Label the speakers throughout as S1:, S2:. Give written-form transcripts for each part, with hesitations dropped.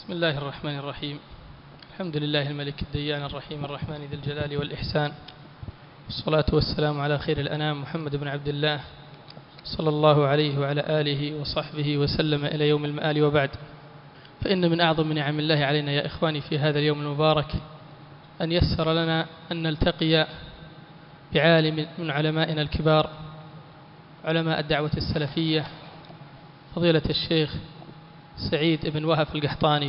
S1: بسم الله الرحمن الرحيم. الحمد لله الملك الديان الرحيم الرحمن ذي الجلال والإحسان، والصلاة والسلام على خير الأنام محمد بن عبد الله صلى الله عليه وعلى آله وصحبه وسلم إلى يوم المآل، وبعد. فإن من أعظم نعم الله علينا يا إخواني في هذا اليوم المبارك أن يسر لنا أن نلتقي بعالم من علمائنا الكبار، علماء الدعوة السلفية، فضيلة الشيخ سعيد بن وهف القحطاني،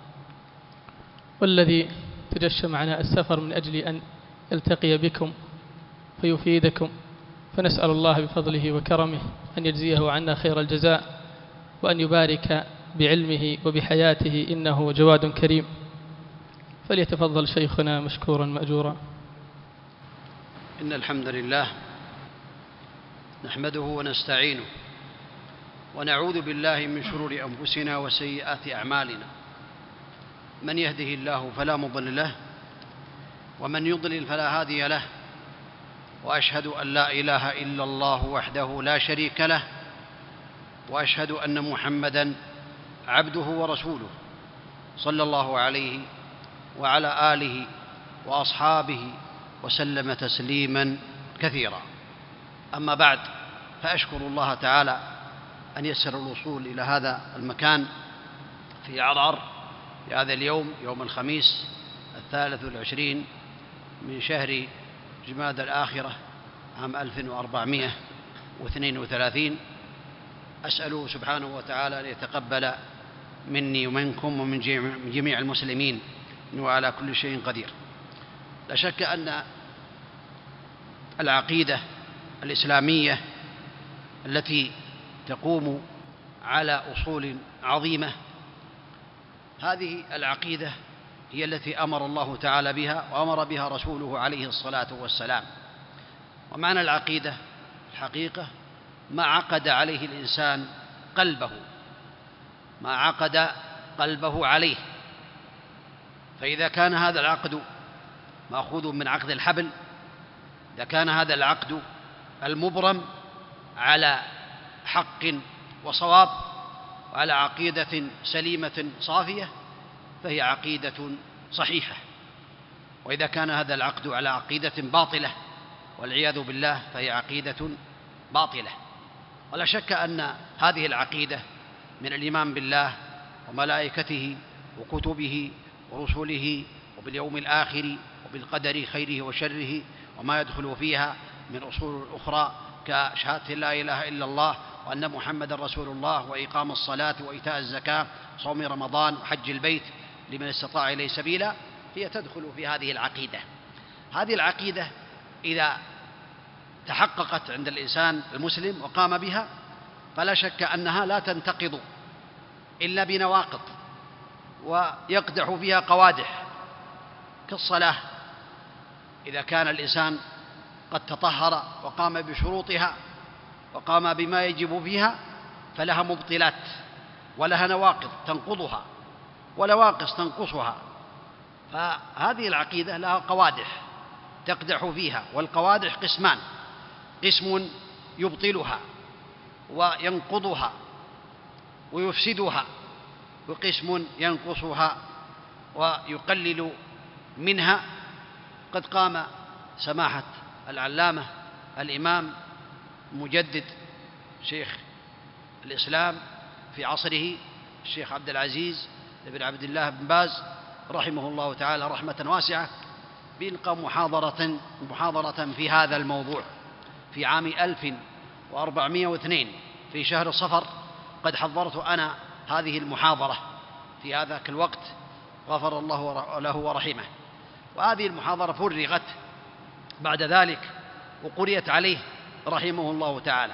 S1: والذي تجشم معنا السفر من أجل أن يلتقي بكم فيفيدكم، فنسأل الله بفضله وكرمه أن يجزيه عنا خير الجزاء، وأن يبارك بعلمه وبحياته، إنه جواد كريم. فليتفضل شيخنا مشكورا مأجورا.
S2: إن الحمد لله نحمده ونستعينه ونعوذ بالله من شرور أنفسنا وسيئات أعمالنا، من يهده الله فلا مضل له ومن يضلل فلا هادي له، وأشهد أن لا إله إلا الله وحده لا شريك له، وأشهد أن محمدًا عبده ورسوله صلى الله عليه وعلى آله وأصحابه وسلم تسليمًا كثيرا. أما بعد، فأشكر الله تعالى أن يسر الوصول إلى هذا المكان في عرعر في هذا اليوم، يوم الخميس 23 من شهر جمادى الآخرة عام 1432. أسأله سبحانه وتعالى أن يتقبل مني ومنكم ومن جميع المسلمين، إنه على كل شيء قدير. لا شك أن العقيدة الإسلامية التي تقوم على أصول عظيمة، هذه العقيدة هي التي أمر الله تعالى بها وأمر بها رسوله عليه الصلاة والسلام. ومعنى العقيدة الحقيقة ما عقد عليه الإنسان قلبه، ما عقد قلبه عليه. فإذا كان هذا العقد مأخوذ من عقد الحبل، إذا كان هذا العقد المبرم على حق وصواب وعلى عقيدة سليمة صافية، فهي عقيدة صحيحة. وإذا كان هذا العقد على عقيدة باطلة والعياذ بالله، فهي عقيدة باطلة. ولا شك أن هذه العقيدة من الإيمان بالله وملائكته وكتبه ورسله وباليوم الآخر وبالقدر خيره وشره وما يدخل فيها من أصول أخرى كشهادة لا إله إلا الله وأن محمد رسول الله وإقام الصلاة وإيتاء الزكاة وصوم رمضان وحج البيت لمن استطاع إليه سبيلا، هي تدخل في هذه العقيدة. هذه العقيدة إذا تحققت عند الإنسان المسلم وقام بها، فلا شك أنها لا تنتقض إلا بنواقض ويقدح فيها قوادح، كالصلاة. إذا كان الإنسان قد تطهر وقام بشروطها وقام بما يجب فيها، فلها مبطلات ولها نواقض تنقضها ونواقص تنقصها. فهذه العقيدة لها قوادح تقدح فيها، والقوادح قسمان: قسم يبطلها وينقضها ويفسدها، وقسم ينقصها ويقلل منها. قد قام سماحة العلامة الإمام مجدد شيخ الإسلام في عصره الشيخ عبد العزيز بن عبد الله بن باز رحمه الله تعالى رحمة واسعة، بإلقاء محاضرة في هذا الموضوع في عام 1402 في شهر صفر. قد حضرت أنا هذه المحاضرة في هذاك الوقت، غفر الله له ورحمه. وهذه المحاضرة فرغت بعد ذلك وقرئت عليه رحمه الله تعالى،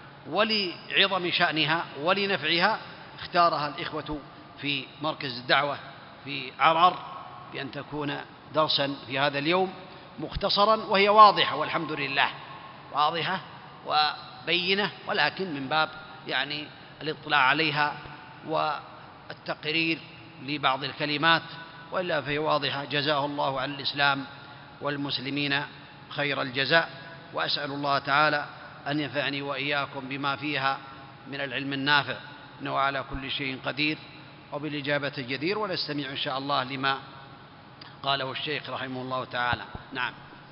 S2: ولعظم شأنها ولنفعها اختارها الإخوة في مركز الدعوة في عرعر بأن تكون درسا في هذا اليوم مختصرا، وهي واضحة والحمد لله، واضحة وبينة، ولكن من باب الاطلاع عليها والتقرير لبعض الكلمات، وإلا فهي واضحة. جزاه الله عن الإسلام والمسلمين خير الجزاء، وأسأل الله تعالى أن ينفعني وإياكم بما فيها من العلم النافع، إنه على كل شيء قدير. وبالإجابة الجدير، ونستمع إن شاء الله لما قاله الشيخ رحمه الله تعالى. نعم.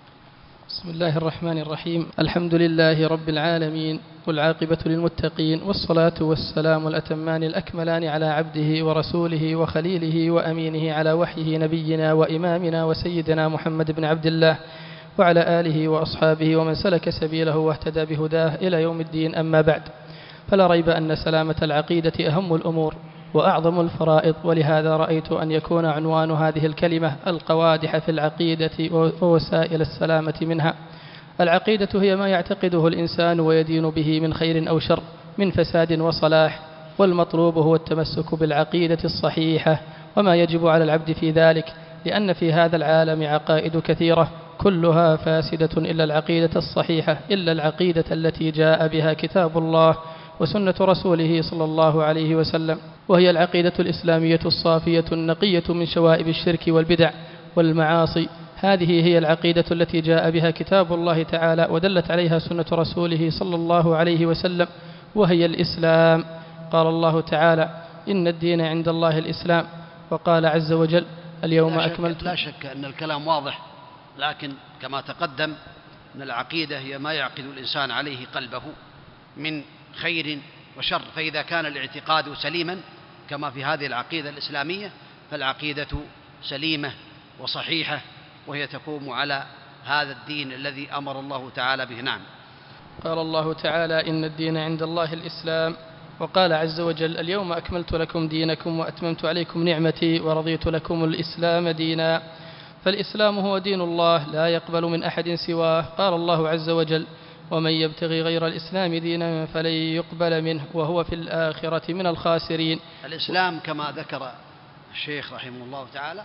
S1: بسم الله الرحمن الرحيم. الحمد لله رب العالمين، والعاقبة للمتقين، والصلاة والسلام الأتمان الأكملان على عبده ورسوله وخليله وأمينه على وحيه نبينا وإمامنا وسيدنا محمد بن عبد الله وعلى آله وأصحابه ومن سلك سبيله واهتدى بهداه إلى يوم الدين. أما بعد، فلا ريب أن سلامة العقيدة أهم الأمور وأعظم الفرائض، ولهذا رأيت أن يكون عنوان هذه الكلمة القوادح في العقيدة ووسائل السلامة منها. العقيدة هي ما يعتقده الإنسان ويدين به من خير أو شر، من فساد وصلاح، والمطلوب هو التمسك بالعقيدة الصحيحة وما يجب على العبد في ذلك، لأن في هذا العالم عقائد كثيرة كلها فاسدة إلا العقيدة الصحيحة، إلا العقيدة التي جاء بها كتاب الله وسنة رسوله صلى الله عليه وسلم، وهي العقيدة الإسلامية الصافية النقية من شوائب الشرك والبدع والمعاصي. هذه هي العقيدة التي جاء بها كتاب الله تعالى ودلت عليها سنة رسوله صلى الله عليه وسلم، وهي الإسلام. قال الله تعالى: إن الدين عند الله الإسلام. وقال عز وجل: اليوم أكملت.
S2: لا شك أن الكلام واضح، لكن كما تقدم أن العقيدة هي ما يعقد الإنسان عليه قلبه من خير وشر، فإذا كان الاعتقاد سليما كما في هذه العقيدة الإسلامية فالعقيدة سليمة وصحيحة، وهي تقوم على هذا الدين الذي أمر الله تعالى به. نعم.
S1: قال الله تعالى: إن الدين عند الله الإسلام. وقال عز وجل: اليوم أكملت لكم دينكم وأتممت عليكم نعمتي ورضيت لكم الإسلام دينا. فالإسلام هو دين الله لا يقبل من أحد سواه. قال الله عز وجل: ومن يبتغي غير الإسلام دينا فلن يقبل منه وهو في الآخرة من الخاسرين.
S2: الإسلام كما ذكر الشيخ رحمه الله تعالى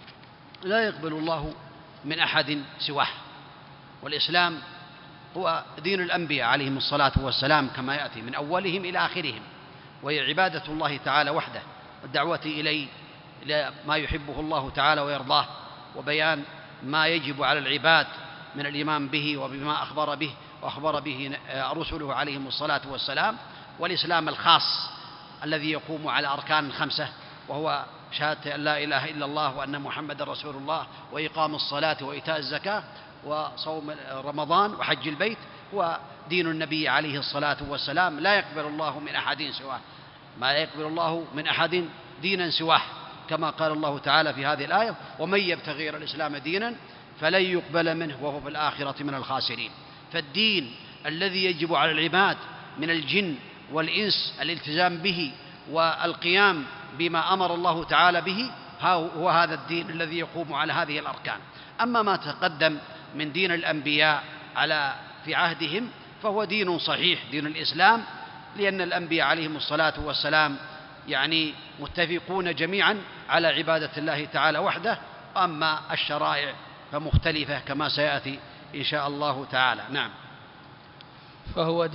S2: لا يقبل الله من أحد سواه، والإسلام هو دين الأنبياء عليهم الصلاة والسلام كما يأتي من أولهم إلى آخرهم، وهي عبادة الله تعالى وحده، والدعوة إلى ما يحبه الله تعالى ويرضاه، وبيان ما يجب على العباد من الإيمان به وبما أخبر به رسله عليهم الصلاة والسلام. والإسلام الخاص الذي يقوم على أركان 5، وهو شهادة أن لا إله إلا الله وأن محمد رسول الله، وإقام الصلاة وإيتاء الزكاة وصوم رمضان وحج البيت، هو دين النبي عليه الصلاة والسلام. لا يقبل الله من أحد سواه، ما لا يقبل الله من أحد دينا سواه، كما قال الله تعالى في هذه الآية: ومن يبتغي غير الإسلام دينا فلن يقبل منه وهو في الآخرة من الخاسرين. فالدين الذي يجب على العباد من الجن والإنس الالتزام به والقيام بما أمر الله تعالى به هو هذا الدين الذي يقوم على هذه الأركان. أما ما تقدم من دين الأنبياء في عهدهم فهو دين صحيح، دين الإسلام، لأن الأنبياء عليهم الصلاة والسلام متفقون جميعا على عبادة الله تعالى وحده. أما الشرائع فمختلفة كما سيأتي إن شاء الله تعالى. نعم.
S1: فهو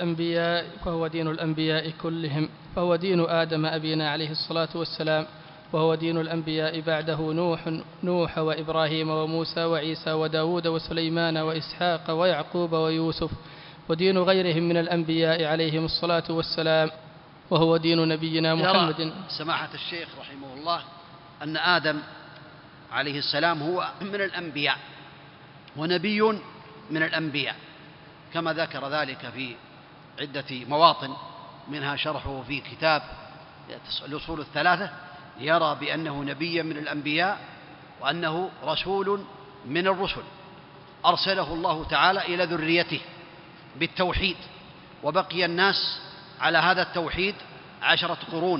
S1: دين الأنبياء كلهم، فهو دين آدم أبينا عليه الصلاة والسلام، وهو دين الأنبياء بعده نوح وإبراهيم وموسى وعيسى وداود وسليمان وإسحاق ويعقوب ويوسف، ودين غيرهم من الأنبياء عليهم الصلاة والسلام، وهو دين نبينا محمد.
S2: سماحة الشيخ رحمه الله أن آدم عليه السلام هو من الأنبياء ونبي من الأنبياء، كما ذكر ذلك في عدة مواطن، منها شرحه في كتاب الأصول الثلاثة، يرى بأنه نبي من الأنبياء وأنه رسول من الرسل، أرسله الله تعالى إلى ذريته بالتوحيد، وبقي الناس على هذا التوحيد 10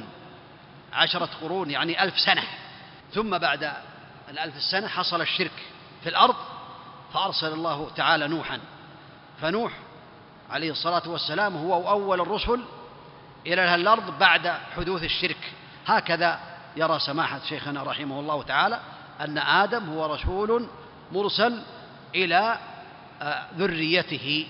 S2: قرون، يعني 1000 سنة. ثم بعد 1000 سنة حصل الشرك في الأرض، فأرسل الله تعالى نوحا، فنوح عليه الصلاة والسلام هو أول الرسل إلى الأرض بعد حدوث الشرك. هكذا يرى سماحة شيخنا رحمه الله تعالى أن آدم هو رسول مرسل إلى ذريته،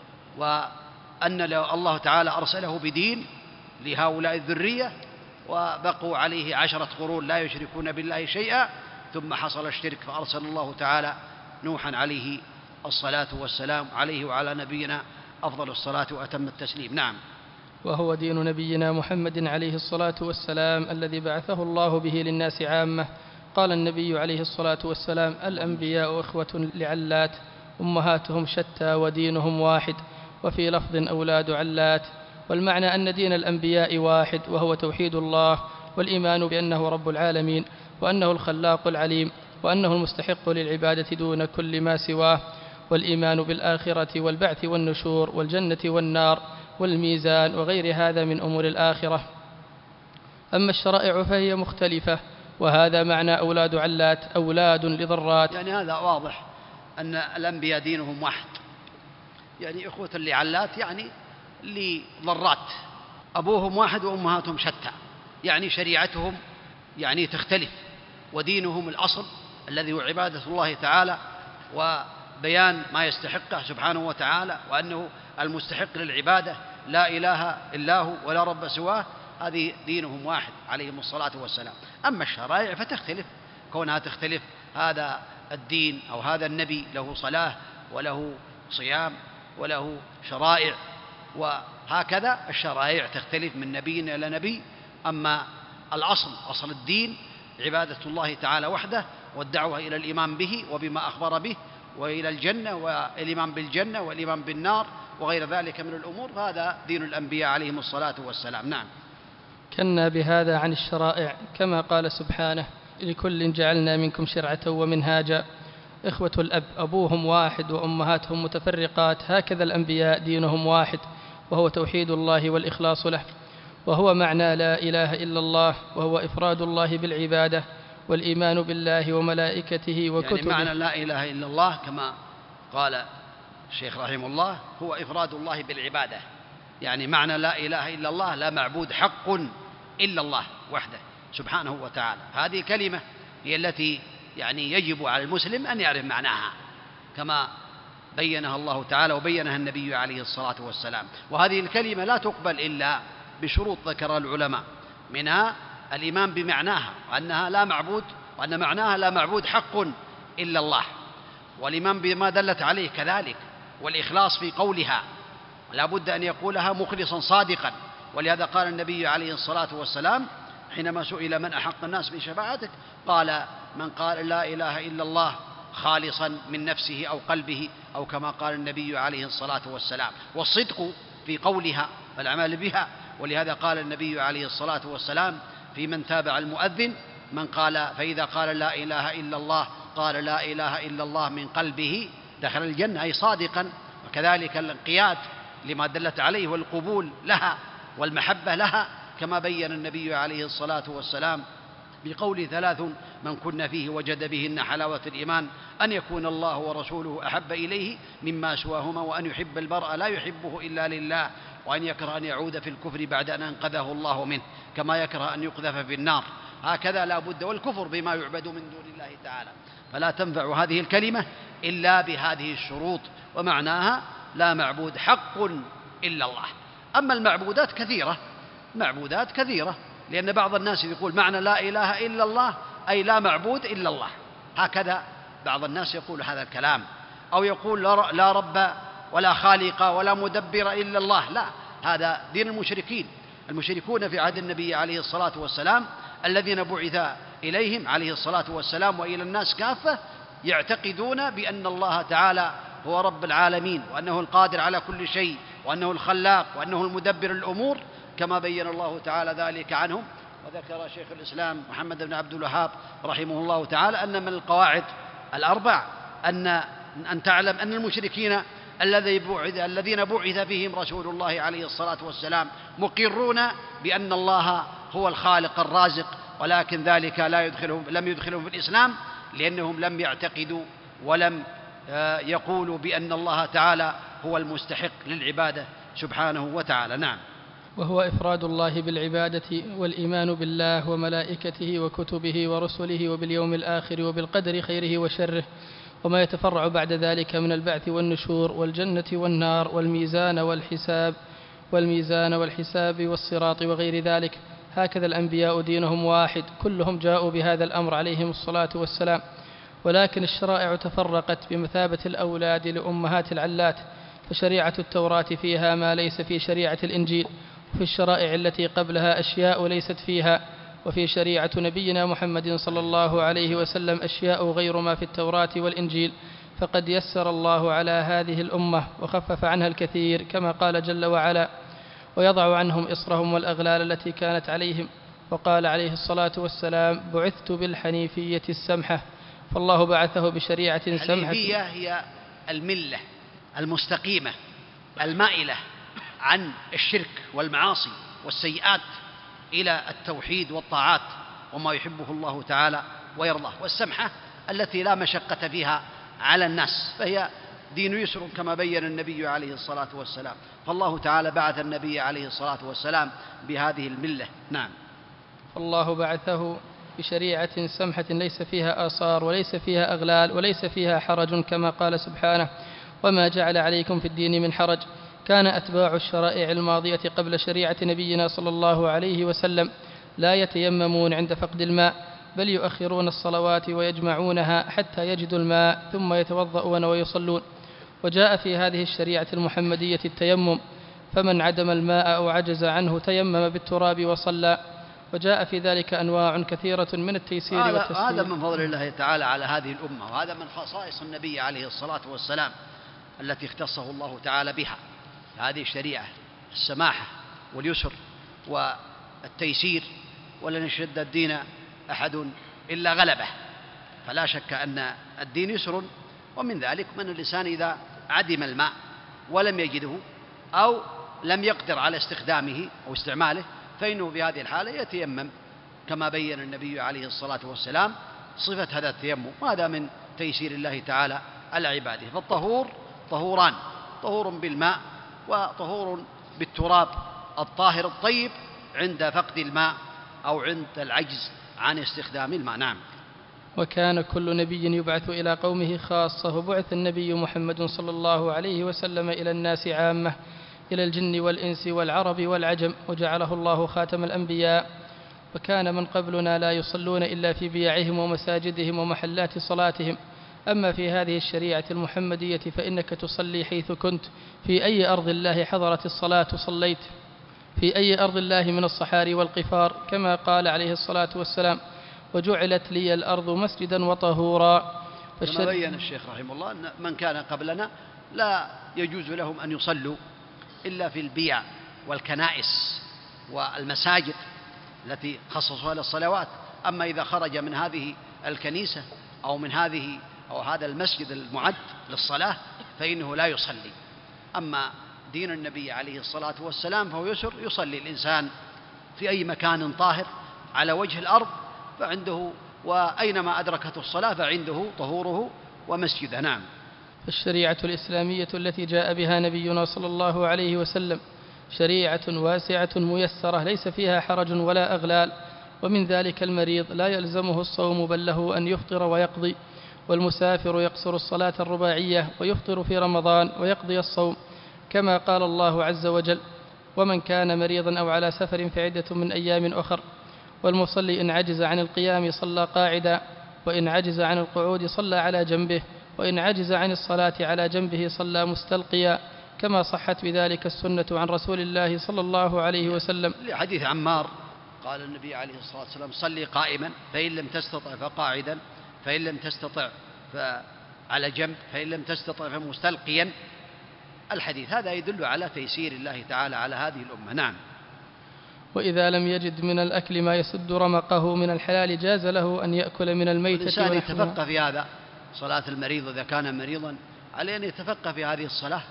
S2: وأن الله تعالى أرسله بدين لهؤلاء الذرية، وبقوا عليه 10 قرون لا يشركون بالله شيئا، ثم حصل الشرك فأرسل الله تعالى نوحا عليه الصلاة والسلام، عليه وعلى نبينا أفضل الصلاة وأتم التسليم. نعم.
S1: وهو دين نبينا محمد عليه الصلاة والسلام الذي بعثه الله به للناس عامة. قال النبي عليه الصلاة والسلام: الأنبياء إخوة لعلات، أمهاتهم شتى ودينهم واحد. وفي لفظ: أولاد علات. والمعنى أن دين الأنبياء واحد، وهو توحيد الله والإيمان بأنه رب العالمين، وأنه الخلاق العليم، وأنه المستحق للعبادة دون كل ما سواه، والإيمان بالآخرة والبعث والنشور والجنة والنار والميزان وغير هذا من أمور الآخرة. أما الشرائع فهي مختلفة، وهذا معنى أولاد علات، أولاد لضرات.
S2: يعني هذا واضح أن الأنبياء دينهم واحد، يعني إخوة لعلات، يعني لضرات، أبوهم واحد وأمهاتهم شتى، يعني شريعتهم يعني تختلف، ودينهم الأصل الذي هو عبادة الله تعالى وبيان ما يستحقه سبحانه وتعالى، وأنه المستحق للعبادة لا إله إلا هو ولا رب سواه. هذه دينهم واحد عليهم الصلاة والسلام. أما الشرائع فتختلف، كونها تختلف، هذا الدين أو هذا النبي له صلاة وله صيام وله شرائع، وهكذا الشرائع تختلف من نبي إلى نبي. أما الأصل، أصل الدين عبادة الله تعالى وحده، والدعوة إلى الإيمان به وبما أخبر به، وإلى الجنة والإيمان بالجنة والإيمان بالنار وغير ذلك من الأمور. هذا دين الأنبياء عليهم الصلاة والسلام. نعم.
S1: كنا بهذا عن الشرائع، كما قال سبحانه: لكل جعلنا منكم شرعة ومنهاجا. إخوة الأب أبوهم واحد وأمهاتهم متفرقات، هكذا الأنبياء دينهم واحد، وهو توحيد الله والإخلاص له، وهو معنى لا إله إلا الله، وهو إفراد الله بالعبادة والإيمان بالله وملائكته وكتبه.
S2: يعني معنى لا إله إلا الله كما قال الشيخ رحمه الله هو إفراد الله بالعبادة، يعني معنى لا إله إلا الله لا معبود حق إلا الله وحده سبحانه وتعالى. هذه كلمة هي التي يعني يجب على المسلم أن يعرف معناها كما بينها الله تعالى وبينها النبي عليه الصلاة والسلام. وهذه الكلمة لا تقبل إلا بشروط ذكرها العلماء، منها الإيمان بمعناها وأنها لا معبود، وأن معناها لا معبود حق إلا الله، والإيمان بما دلت عليه كذلك، والإخلاص في قولها، لا بد أن يقولها مخلصا صادقا. ولهذا قال النبي عليه الصلاة والسلام حينما سئل: من أحق الناس بشفاعتك؟ قال: من قال لا إله إلا الله خالصا من نفسه أو قلبه، أو كما قال النبي عليه الصلاة والسلام. والصدق في قولها والعمل بها. ولهذا قال النبي عليه الصلاة والسلام في من تابع المؤذن: من قال فإذا قال لا إله إلا الله قال لا إله إلا الله من قلبه دخل الجنة، أي صادقا. وكذلك الانقياد لما دلت عليه والقبول لها والمحبة لها، كما بين النبي عليه الصلاة والسلام بقول: ثلاث من كن فيه وجد بهن حلاوة الإيمان: أن يكون الله ورسوله أحب إليه مما سواهما، وأن يحب المرء لا يحبه إلا لله، وأن يكره أن يعود في الكفر بعد أن أنقذه الله منه، كما يكره أن يقذف في النار. هكذا لا بد، والكفر بما يعبد من دون الله تعالى. فلا تنفع هذه الكلمة إلا بهذه الشروط، ومعناها لا معبود حق إلا الله. أما المعبودات كثيرة، معبودات كثيرة، لأن بعض الناس يقول معنى لا إله إلا الله أي لا معبود إلا الله، هكذا بعض الناس يقول هذا الكلام، أو يقول لا رب ولا خالق ولا مدبر إلا الله. لا، هذا دين المشركين. المشركون في عهد النبي عليه الصلاة والسلام الذين بعث إليهم عليه الصلاة والسلام وإلى الناس كافة يعتقدون بأن الله تعالى هو رب العالمين، وأنه القادر على كل شيء، وأنه الخلاق، وأنه المدبر الأمور، كما بين الله تعالى ذلك عنهم. وذكر شيخ الإسلام محمد بن عبد الوهاب رحمه الله تعالى أن من القواعد الأربع أن تعلم أن المشركين الذين بعث فيهم رسول الله عليه الصلاة والسلام مقرون بأن الله هو الخالق الرازق، ولكن ذلك لم يدخلهم في الإسلام، لأنهم لم يعتقدوا ولم يقولوا بأن الله تعالى هو المستحق للعبادة سبحانه وتعالى. نعم.
S1: وهو إفراد الله بالعبادة والإيمان بالله وملائكته وكتبه ورسله وباليوم الآخر وبالقدر خيره وشره، وما يتفرع بعد ذلك من البعث والنشور والجنة والنار والميزان والحساب والصراط وغير ذلك. هكذا الأنبياء دينهم واحد، كلهم جاءوا بهذا الأمر عليهم الصلاة والسلام، ولكن الشرائع تفرقت بمثابة الأولاد لأمهات العلات، فشريعة التوراة فيها ما ليس في شريعة الإنجيل، وفي الشرائع التي قبلها أشياء ليست فيها، وفي شريعة نبينا محمد صلى الله عليه وسلم أشياء غير ما في التوراة والإنجيل، فقد يسر الله على هذه الأمة وخفف عنها الكثير، كما قال جل وعلا: ويضع عنهم إصرهم والأغلال التي كانت عليهم. وقال عليه الصلاة والسلام: بعثت بالحنيفية السمحة. فالله بعثه بشريعة سمحة.
S2: الحنيفية هي الملة المستقيمة المائلة عن الشرك والمعاصي والسيئات إلى التوحيد والطاعات وما يحبه الله تعالى ويرضاه، والسمحة التي لا مشقة فيها على الناس، فهي دين يسر كما بين النبي عليه الصلاة والسلام. فالله تعالى بعث النبي عليه الصلاة والسلام بهذه الملة. نعم.
S1: فالله بعثه بشريعة سمحة ليس فيها آثار وليس فيها أغلال وليس فيها حرج، كما قال سبحانه: وما جعل عليكم في الدين من حرج. كان أتباع الشرائع الماضية قبل شريعة نبينا صلى الله عليه وسلم لا يتيممون عند فقد الماء، بل يؤخرون الصلوات ويجمعونها حتى يجدوا الماء ثم يتوضؤون ويصلون. وجاء في هذه الشريعة المحمدية التيمم، فمن عدم الماء أو عجز عنه تيمم بالتراب وصلى. وجاء في ذلك أنواع كثيرة من التيسير والتسهيل.
S2: هذا من فضل الله تعالى على هذه الأمة، وهذا من خصائص النبي عليه الصلاة والسلام التي اختصه الله تعالى بها، هذه الشريعة: السماحة واليسر والتيسير، ولن يشد الدين أحد إلا غلبه. فلا شك أن الدين يسر، ومن ذلك من الإنسان إذا عدم الماء ولم يجده أو لم يقدر على استخدامه أو استعماله، فإنه في هذه الحالة يتيمم كما بين النبي عليه الصلاة والسلام صفة هذا التيمم، وهذا من تيسير الله تعالى على عباده. فالطهور طهوران: طهور بالماء وطهور بالتراب الطاهر الطيب عند فقد الماء أو عند العجز عن استخدام الماء. نعم.
S1: وكان كل نبي يبعث إلى قومه خاصة، وبعث النبي محمد صلى الله عليه وسلم إلى الناس عامة، إلى الجن والإنس والعرب والعجم، وجعله الله خاتم الأنبياء. وكان من قبلنا لا يصلون إلا في بيعهم ومساجدهم ومحلات صلاتهم. أما في هذه الشريعة المحمدية فإنك تصلي حيث كنت، في أي أرض الله حضرت الصلاة صليت، في أي أرض الله من الصحاري والقفار، كما قال عليه الصلاة والسلام: وجعلت لي الأرض مسجدا وطهورا.
S2: كما بين الشيخ رحمه الله أن من كان قبلنا لا يجوز لهم أن يصلوا إلا في البيع والكنائس والمساجد التي خصصوها للصلوات. أما إذا خرج من هذه الكنيسة أو من هذا المسجد المعد للصلاة فإنه لا يصلي. أما دين النبي عليه الصلاة والسلام فهو يسر، يصلي الإنسان في أي مكان طاهر على وجه الأرض فعنده، وأينما أدركته الصلاة فعنده طهوره ومسجده. نعم.
S1: الشريعة الإسلامية التي جاء بها نبينا صلى الله عليه وسلم شريعة واسعة ميسرة ليس فيها حرج ولا أغلال. ومن ذلك المريض لا يلزمه الصوم بل له أن يفطر ويقضي، والمسافر يقصر الصلاة الرباعية ويفطر في رمضان ويقضي الصوم، كما قال الله عز وجل: ومن كان مريضا أو على سفر فعدة من أيام أخر. والمصلي إن عجز عن القيام صلى قاعدا، وإن عجز عن القعود صلى على جنبه، وإن عجز عن الصلاة على جنبه صلى مستلقيا، كما صحت بذلك السنة عن رسول الله صلى الله عليه وسلم.
S2: لحديث عمار قال النبي عليه الصلاة والسلام: صلي قائما، فإن لم تستطع فقاعدا، فإن لم تستطع فعلى جنب، فإن لم تستطع فمستلقيا. الحديث هذا يدل على تيسير الله تعالى على هذه الأمة. نعم.
S1: وإذا لم يجد من الأكل ما يسد رمقه من الحلال جاز له أن يأكل من الميتة.
S2: الإنسان يتفقه في هذا، صلاة المريض إذا كان مريضا عليه أن يتفقه في هذه الصلاة،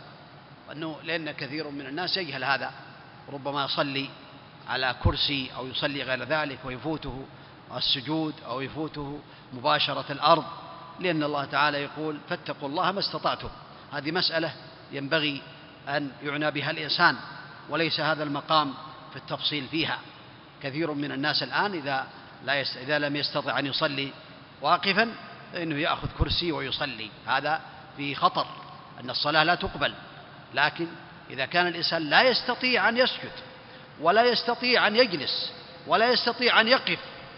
S2: لأن كثير من الناس يجهل هذا، ربما يصلي على كرسي أو يصلي غير ذلك ويفوته السجود أو يفوته مباشرة الأرض، لأن الله تعالى يقول: فاتقوا الله ما استطعتم. هذه مسألة ينبغي أن يعنى بها الإنسان، وليس هذا المقام في التفصيل فيها. كثير من الناس الآن إذا لم يستطع أن يصلي واقفا فإنه يأخذ كرسي ويصلي. هذا في خطر، أن الصلاة لا تقبل. لكن إذا كان الإنسان لا يستطيع أن يسجد ولا يستطيع أن يجلس ولا يستطيع أن يقف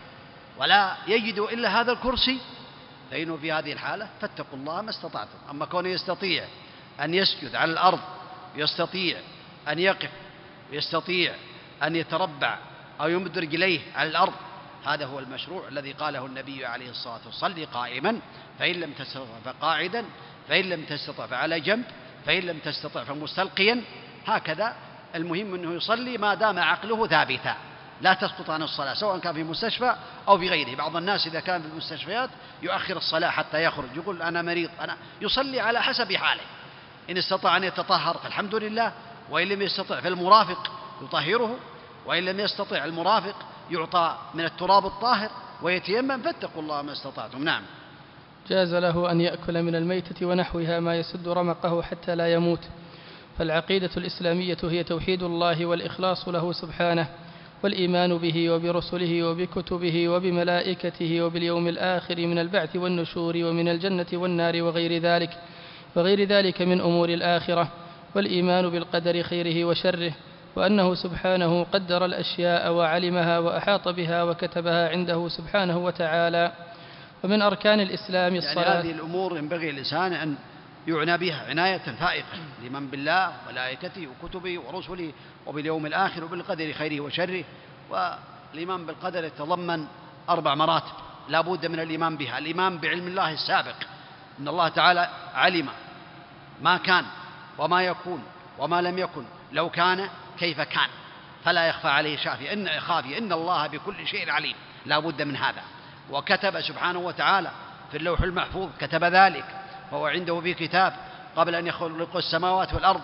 S2: ولا يجد إلا هذا الكرسي فإنه في هذه الحالة فاتقوا الله ما استطعتم. أما كونه يستطيع أن يسجد على الأرض، يستطيع أن يقف، يستطيع أن يتربع أو يمد رجليه على الأرض، هذا هو المشروع الذي قاله النبي عليه الصلاة والسلام: صل قائما فإن لم تستطع فقاعدا، فإن لم تستطع فعلى جنب، فإن لم تستطع فمستلقيا. هكذا المهم أنه يصلي ما دام عقله ثابتا، لا تسقط عن الصلاة، سواء كان في مستشفى أو في غيره. بعض الناس إذا كان في المستشفيات يؤخر الصلاة حتى يخرج، يقول أنا مريض، أنا يصلي على حسب حاله. إن استطاع أن يتطهر فالحمد لله، وإن لم يستطع فالمرافق يطهره، وإن لم يستطع المرافق يعطى من التراب الطاهر ويتيمم، فاتقوا الله ما استطعتم. نعم.
S1: جاز له أن يأكل من الميتة ونحوها ما يسد رمقه حتى لا يموت. فالعقيدة الإسلامية هي توحيد الله والإخلاص له سبحانه، والإيمان به وبرسله وبكتبه وبملائكته وباليوم الآخر من البعث والنشور ومن الجنة والنار وغير ذلك من أمور الآخرة، والإيمان بالقدر خيره وشره، وأنه سبحانه قدر الأشياء وعلمها وأحاط بها وكتبها عنده سبحانه وتعالى. ومن أركان الإسلام الصلاة.
S2: يعني هذه الأمور ينبغي الإنسان أن يعنى بها عناية فائقة، الإيمان بالله وملائكته وكتبه ورسله وباليوم الآخر وبالقدر خيره وشره. والإيمان بالقدر يتضمن 4 مراتب لا بد من الإيمان بها: الإيمان بعلم الله السابق، إن الله تعالى علم ما كان وما يكون وما لم يكن، لو كان كيف كان، فلا يخفى عليه خافي، إن الله بكل شيء عليم، لا بد من هذا. وكتب سبحانه وتعالى في اللوح المحفوظ، كتب ذلك وهو عنده في كتاب قبل أن يخلق السماوات والأرض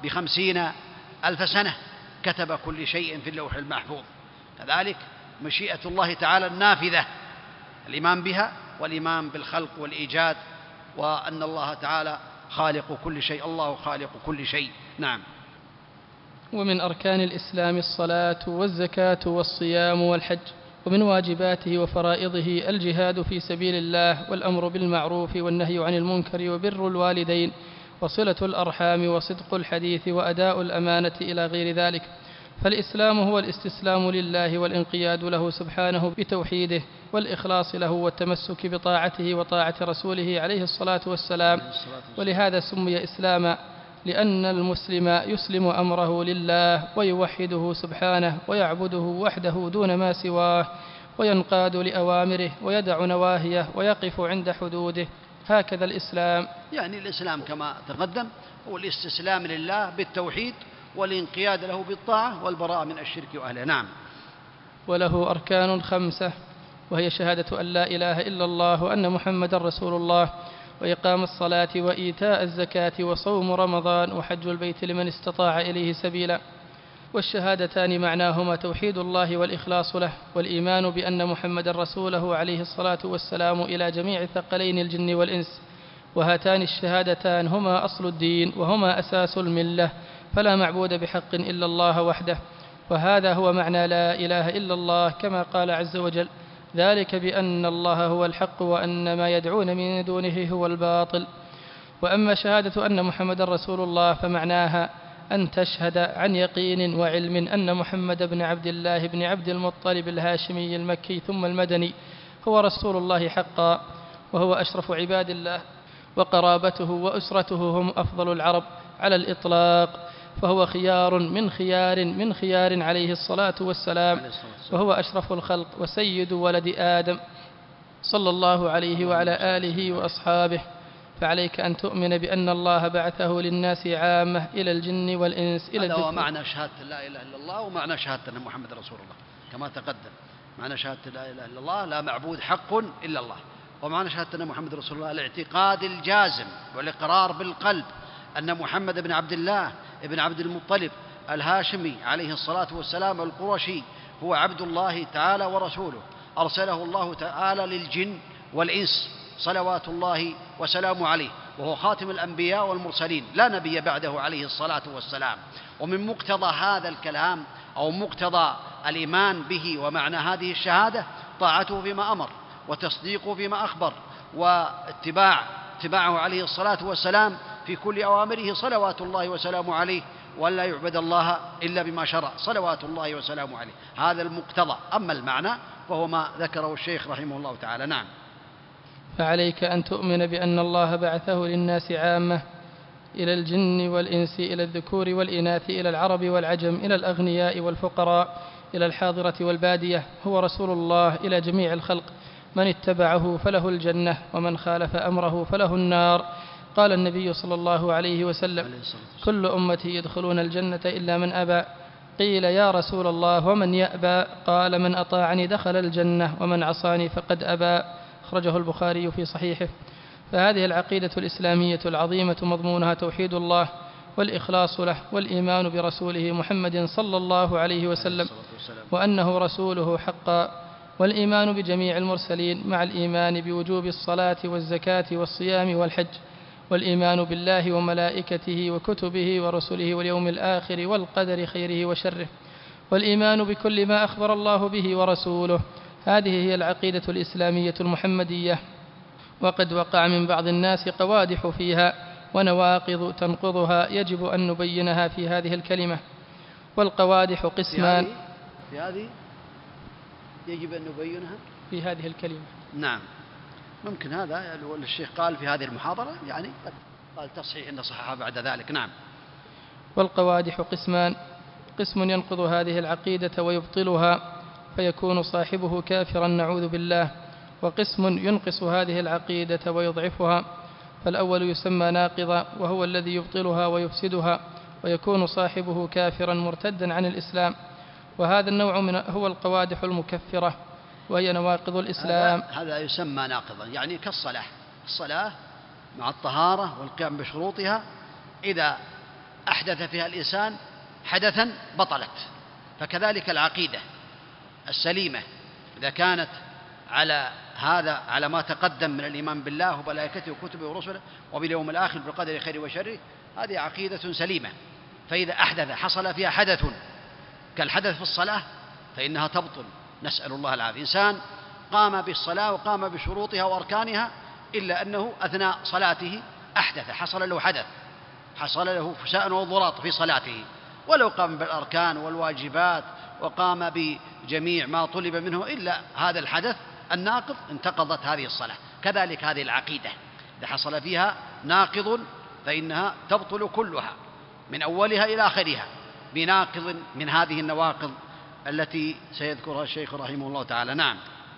S2: ب50,000 سنة، كتب كل شيء في اللوح المحفوظ. كذلك مشيئة الله تعالى النافذة، الإيمان بها والإيمان بالخلق والإيجاد، وأن الله تعالى خالق كل شيء، الله خالق كل شيء. نعم.
S1: ومن أركان الإسلام الصلاة والزكاة والصيام والحج. ومن واجباته وفرائضه الجهاد في سبيل الله، والأمر بالمعروف والنهي عن المنكر، وبر الوالدين، وصلة الأرحام، وصدق الحديث، وأداء الأمانة إلى غير ذلك. فالإسلام هو الاستسلام لله والانقياد له سبحانه بتوحيده والإخلاص له والتمسك بطاعته وطاعة رسوله عليه الصلاة والسلام. ولهذا سمي إسلاما، لأن المسلم يسلم أمره لله ويوحده سبحانه ويعبده وحده دون ما سواه، وينقاد لأوامره ويدع نواهيه ويقف عند حدوده. هكذا الإسلام.
S2: يعني الإسلام كما تقدم هو الاستسلام لله بالتوحيد والانقياد له بالطاعة والبراءة من الشرك وأهله. نعم.
S1: وله أركان 5، وهي شهادة أن لا إله إلا الله وأن محمد رسول الله، وإقام الصلاة وإيتاء الزكاة وصوم رمضان وحج البيت لمن استطاع إليه سبيلا. والشهادتان معناهما توحيد الله والإخلاص له، والإيمان بأن محمد رسوله عليه الصلاة والسلام إلى جميع ثقلين الجن والإنس. وهاتان الشهادتان هما أصل الدين وهما أساس الملة، فلا معبود بحق إلا الله وحده. وهذا هو معنى لا إله إلا الله، كما قال عز وجل: ذلك بأن الله هو الحق وأن ما يدعون من دونه هو الباطل. وأما شهادة أن محمد رسول الله فمعناها أن تشهد عن يقين وعلم أن محمد بن عبد الله بن عبد المطلب الهاشمي المكي ثم المدني هو رسول الله حقا، وهو أشرف عباد الله، وقرابته وأسرته هم أفضل العرب على الإطلاق، فهو خيار من خيار عليه الصلاة والسلام، وهو أشرف الخلق وسيد ولد آدم صلى الله عليه وعلى آله وأصحابه. فعليك أن تؤمن بأن الله بعثه للناس عامة إلى الجن والإنس.
S2: هذا هو معنى شهادة لا إله إلا الله، ومعنى شهادة أن محمد رسول الله كما تقدم. معنى شهادة لا إله إلا الله لا معبود حق إلا الله، ومعنى شهادة أن محمد رسول الله الاعتقاد الجازم والإقرار بالقلب أن محمد بن عبد الله بن عبد المطلب الهاشمي عليه الصلاة والسلام القرشي هو عبد الله تعالى ورسوله، أرسله الله تعالى للجن والإنس صلوات الله وسلامه عليه، وهو خاتم الأنبياء والمرسلين، لا نبي بعده عليه الصلاة والسلام. ومن مقتضى هذا الكلام أو مقتضى الإيمان به ومعنى هذه الشهادة طاعته فيما أمر، وتصديقه فيما أخبر، واتباعه عليه الصلاة والسلام في كل أوامره صلوات الله وسلامه عليه، وأن لا يعبد الله إلا بما شرع صلوات الله وسلامه عليه. هذا المقتضى. أما المعنى فهو ما ذكره الشيخ رحمه الله تعالى. نعم.
S1: فعليك أن تؤمن بأن الله بعثه للناس عامة إلى الجن والإنس، إلى الذكور والإناث، إلى العرب والعجم، إلى الأغنياء والفقراء، إلى الحاضرة والبادية، هو رسول الله إلى جميع الخلق، من اتبعه فله الجنة ومن خالف أمره فله النار. قال النبي صلى الله عليه وسلم: كل أمتي يدخلون الجنة إلا من أبى. قيل: يا رسول الله ومن يأبى؟ قال: من أطاعني دخل الجنة ومن عصاني فقد أبى. أخرجه البخاري في صحيحه. فهذه العقيدة الإسلامية العظيمة مضمونها توحيد الله والإخلاص له والإيمان برسوله محمد صلى الله عليه وسلم وأنه رسوله حقا، والإيمان بجميع المرسلين مع الإيمان بوجوب الصلاة والزكاة والصيام والحج، والإيمان بالله وملائكته وكتبه ورسله واليوم الآخر والقدر خيره وشره، والإيمان بكل ما أخبر الله به ورسوله. هذه هي العقيدة الإسلامية المحمدية. وقد وقع من بعض الناس قوادح فيها ونواقض تنقضها، يجب أن نبينها في هذه الكلمة. والقوادح قسمان.
S2: في هذه يجب أن نبينها
S1: في هذه الكلمة.
S2: نعم، ممكن هذا الشيخ قال في هذه المحاضرة، يعني قال تصحيح إن صححها بعد ذلك. نعم.
S1: والقوادح قسمان: قسم ينقض هذه العقيدة ويبطلها فيكون صاحبه كافرا نعوذ بالله، وقسم ينقص هذه العقيدة ويضعفها، فالأول يسمى ناقضا وهو الذي يبطلها ويفسدها ويكون صاحبه كافرا مرتدا عن الإسلام، وهذا النوع هو القوادح المكفرة وهي نواقض الإسلام.
S2: هذا يسمى ناقضا، يعني كالصلاة. الصلاة مع الطهارة والقيام بشروطها إذا أحدث فيها الإنسان حدثا بطلت، فكذلك العقيدة السليمة إذا كانت على ما تقدم من الإيمان بالله وملائكته وكتبه ورسله وباليوم الآخر بالقدر خيره وشره، هذه عقيدة سليمة. فإذا حصل فيها حدث كالحدث في الصلاة فإنها تبطل، نسأل الله العافية. إنسان قام بالصلاة وقام بشروطها وأركانها، إلا أنه أثناء صلاته أحدث، حصل له فساء وضراط في صلاته، ولو قام بالأركان والواجبات وقام بجميع ما طلب منه إلا هذا الحدث الناقض، انتقضت هذه الصلاة. كذلك هذه العقيدة إذا حصل فيها ناقض فإنها تبطل كلها من أولها إلى آخرها بناقض من هذه النواقض التي سيذكرها الشيخ رحمه الله تعالى. نعم.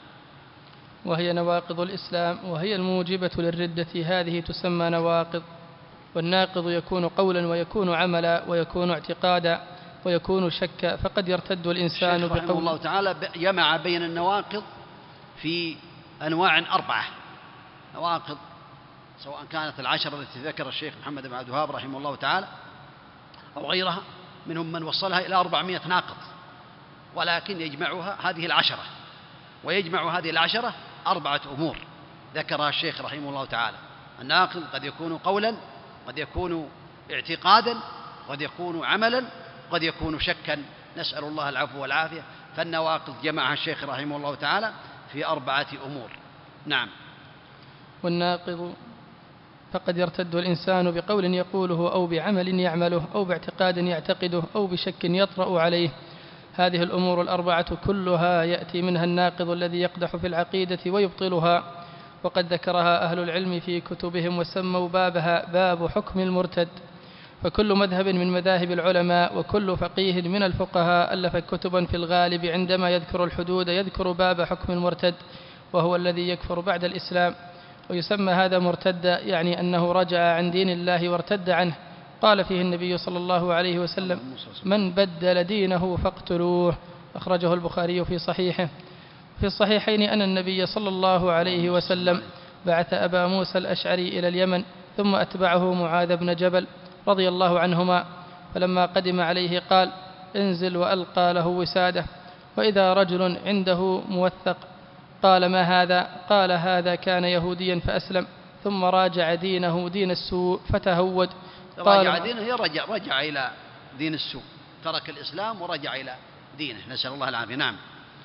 S1: وهي نواقض الإسلام وهي الموجبة للردة، هذه تسمى نواقض. والناقض يكون قولا ويكون عملا ويكون اعتقادا ويكون شكا، فقد يرتد الإنسان
S2: بقول. رحمه الله تعالى جمع بين النواقض في أنواع 4 نواقض، سواء كانت 10 التي ذكر الشيخ محمد بن عبد الوهاب رحمه الله تعالى أو غيرها، منهم من وصلها إلى 400 ناقض، ولكن يجمعها هذه 10، ويجمع هذه 10 4 أمور ذكرها الشيخ رحمه الله تعالى. الناقض قد يكون قولا، قد يكون اعتقادا، قد يكون عملا، قد يكون شكا، نسأل الله العفو والعافية. فالنواقض جمعها الشيخ رحمه الله تعالى في 4 أمور. نعم.
S1: والناقض فقد يرتد الإنسان بقول يقوله أو بعمل يعمله أو باعتقاد يعتقده أو بشك يطرأ عليه. هذه الأمور 4 كلها يأتي منها الناقض الذي يقدح في العقيدة ويبطلها، وقد ذكرها أهل العلم في كتبهم وسموا بابها باب حكم المرتد. فكل مذهب من مذاهب العلماء وكل فقيه من الفقهاء ألف كتبا في الغالب عندما يذكر الحدود يذكر باب حكم المرتد، وهو الذي يكفر بعد الإسلام، ويسمى هذا مرتدا، يعني أنه رجع عن دين الله وارتد عنه. قال فيه النبي صلى الله عليه وسلم: من بدل دينه فاقتلوه. أخرجه البخاري في صحيحه. في الصحيحين أن النبي صلى الله عليه وسلم بعث أبا موسى الأشعري إلى اليمن، ثم أتبعه معاذ بن جبل رضي الله عنهما، فلما قدم عليه قال: انزل، وألقى له وساده، وإذا رجل عنده موثق. قال: ما هذا؟ قال: هذا كان يهوديا فأسلم، ثم راجع دينه دين السوء فتهود.
S2: راجع دينه، رجع إلى دين السوء، ترك الإسلام ورجع إلى دينه، نسأل الله العافية. نعم.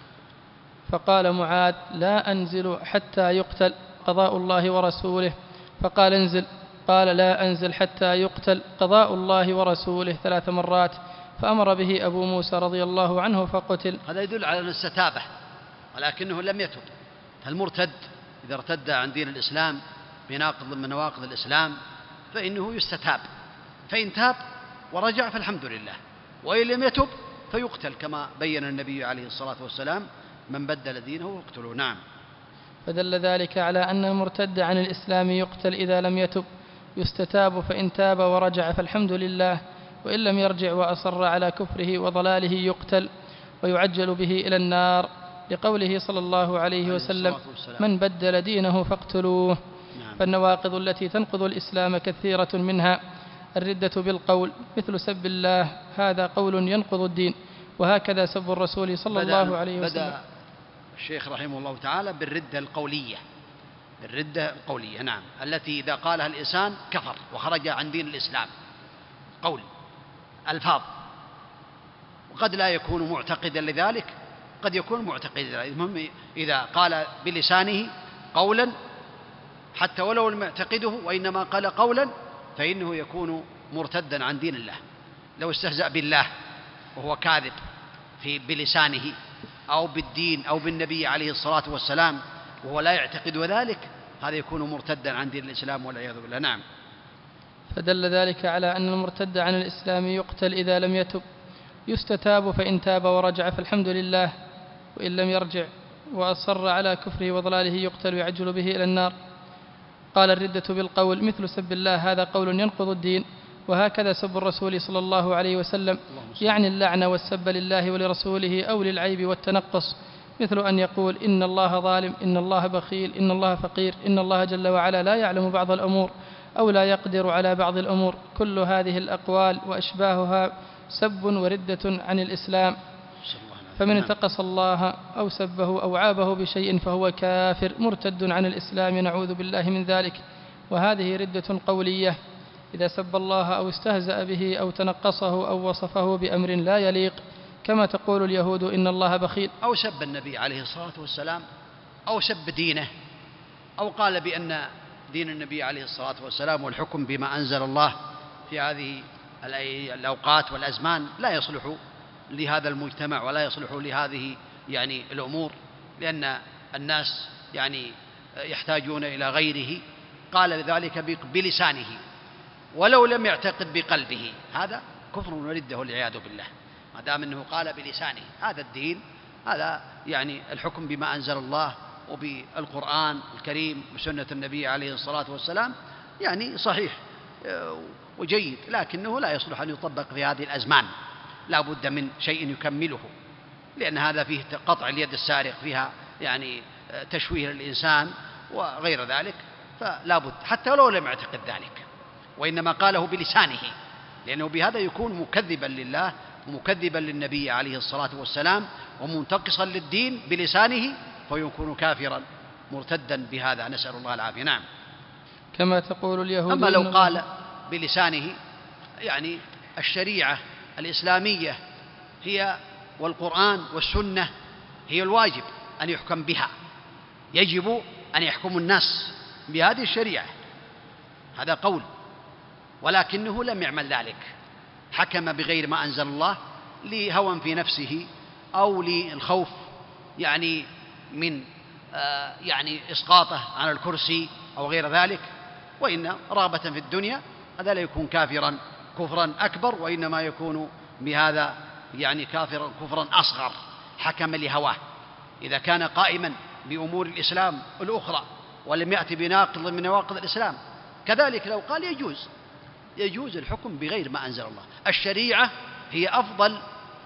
S1: فقال معاذ: لا أنزل حتى يقتل، قضاء الله ورسوله. فقال: انزل. قال: لا أنزل حتى يقتل، قضاء الله ورسوله 3 مرات. فأمر به أبو موسى رضي الله عنه فقتل.
S2: هذا يدل على أن استتابه، ولكنه لم يتب. فالمرتد إذا ارتد عن دين الإسلام بناقض من نواقض الإسلام فإنه يستتاب فإن تاب ورجع فالحمد لله، وإن لم يتب فيقتل كما بين النبي عليه الصلاة والسلام: من بدل دينه يقتله. نعم.
S1: فدل ذلك على أن المرتد عن الإسلام يقتل إذا لم يتب، يستتاب، فإن تاب ورجع فالحمد لله، وإن لم يرجع وأصر على كفره وضلاله يقتل ويعجل به إلى النار، لقوله صلى الله عليه وسلم: من بدل دينه فاقتلوه.
S2: نعم.
S1: فالنواقض التي تنقض الإسلام كثيرة، منها الردة بالقول مثل سب الله، هذا قول ينقض الدين، وهكذا سب الرسول صلى الله عليه وسلم.
S2: بدأ الشيخ رحمه الله تعالى بالردة القولية، الردة القولية، نعم، التي إذا قالها الإنسان كفر وخرج عن دين الإسلام، قول ألفاظ، وقد لا يكون معتقدا لذلك، قد يكون معتقدا لذلك. المهم إذا قال بلسانه قولا حتى ولو لم يعتقده وإنما قال قولا فإنه يكون مرتدا عن دين الله. لو استهزأ بالله وهو كاذب بلسانه أو بالدين أو بالنبي عليه الصلاة والسلام وهو لا يعتقد ذلك، هذا يكون مرتدا عن دين الإسلام والعياذ بالله. نعم.
S1: فدل ذلك على أن المرتد عن الإسلام يقتل إذا لم يتب، يستتاب، فإن تاب ورجع فالحمد لله، وإن لم يرجع وأصر على كفره وضلاله يقتل ويعجل به إلى النار. قال: الردة بالقول مثل سب الله، هذا قول ينقض الدين، وهكذا سب الرسول صلى الله عليه وسلم، يعني اللعن والسب لله ولرسوله أو للعيب والتنقص، مثل أن يقول: إن الله ظالم، إن الله بخيل، إن الله فقير، إن الله جل وعلا لا يعلم بعض الأمور أو لا يقدر على بعض الأمور. كل هذه الأقوال وأشباهها سب وردة عن الإسلام، فمن انتقص الله أو سبه أو عابه بشيء فهو كافر مرتد عن الإسلام، نعوذ بالله من ذلك. وهذه ردة قولية، إذا سب الله أو استهزأ به أو تنقصه أو وصفه بأمر لا يليق، كما تقول اليهود: إن الله بخيل،
S2: أو سب النبي عليه الصلاة والسلام، أو سب دينه، أو قال بأن دين النبي عليه الصلاة والسلام والحكم بما أنزل الله في هذه الأوقات والأزمان لا يصلح لهذا المجتمع ولا يصلح لهذه الأمور، لأن الناس يحتاجون إلى غيره. قال ذلك بلسانه ولو لم يعتقد بقلبه، هذا كفر وردة والعياذ بالله، ما دام أنه قال بلسانه. هذا الدين، هذا الحكم بما أنزل الله وبالقرآن الكريم وسنة النبي عليه الصلاة والسلام صحيح وجيد، لكنه لا يصلح أن يطبق في هذه الأزمان، لا بد من شيء يكمله، لأن هذا فيه قطع اليد السارق، فيها تشويه للإنسان وغير ذلك، فلا بد حتى لو لم يعتقد ذلك، وإنما قاله بلسانه، لأنه بهذا يكون مكذبا لله ومكذبا للنبي عليه الصلاة والسلام ومنتقصا للدين بلسانه، فيكون كافرا مرتدا بهذا، نسأل الله العافية. نعم.
S1: كما تقول اليهود.
S2: أما لو قال بلسانه الشريعة الإسلامية هي والقرآن والسنة هي الواجب أن يحكم بها، يجب أن يحكم الناس بهذه الشريعة، هذا قول، ولكنه لم يعمل ذلك، حكم بغير ما أنزل الله لهوى في نفسه أو للخوف من إسقاطه على الكرسي أو غير ذلك، وإن رغبة في الدنيا، هذا لا يكون كافرا كفرا أكبر، وإنما يكون بهذا كافرا كفرا أصغر، حكم لهواه. إذا كان قائما بأمور الإسلام الأخرى ولم يأتي بناقض من نواقض الإسلام، كذلك لو قال يجوز الحكم بغير ما أنزل الله. الشريعة هي أفضل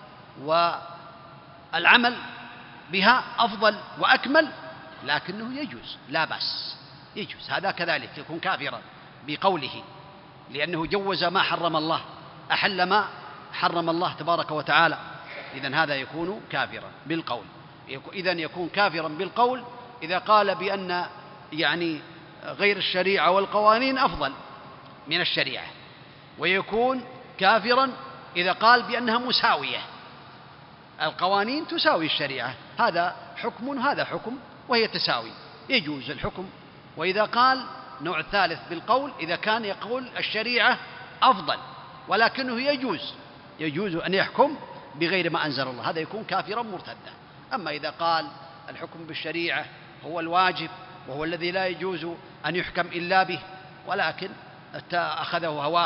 S2: والعمل بها أفضل وأكمل، لكنه يجوز، لا بأس، يجوز. هذا كذلك يكون كافرا بقوله، لأنه جوز ما حرم الله، أحل ما حرم الله تبارك وتعالى، إذن هذا يكون كافرا بالقول. إذن يكون كافرا بالقول إذا قال بأن غير الشريعة والقوانين أفضل من الشريعة، ويكون كافرا إذا قال بأنها مساوية، القوانين تساوي الشريعة، هذا حكم وهذا حكم وهي تساوي، يجوز الحكم. وإذا قال نوع الثالث بالقول، إذا كان يقول الشريعة أفضل ولكنه يجوز أن يحكم بغير ما أنزل الله، هذا يكون كافرا مرتدا. أما إذا قال الحكم بالشريعة هو الواجب وهو الذي لا يجوز أن يحكم إلا به، ولكن أخذه هواه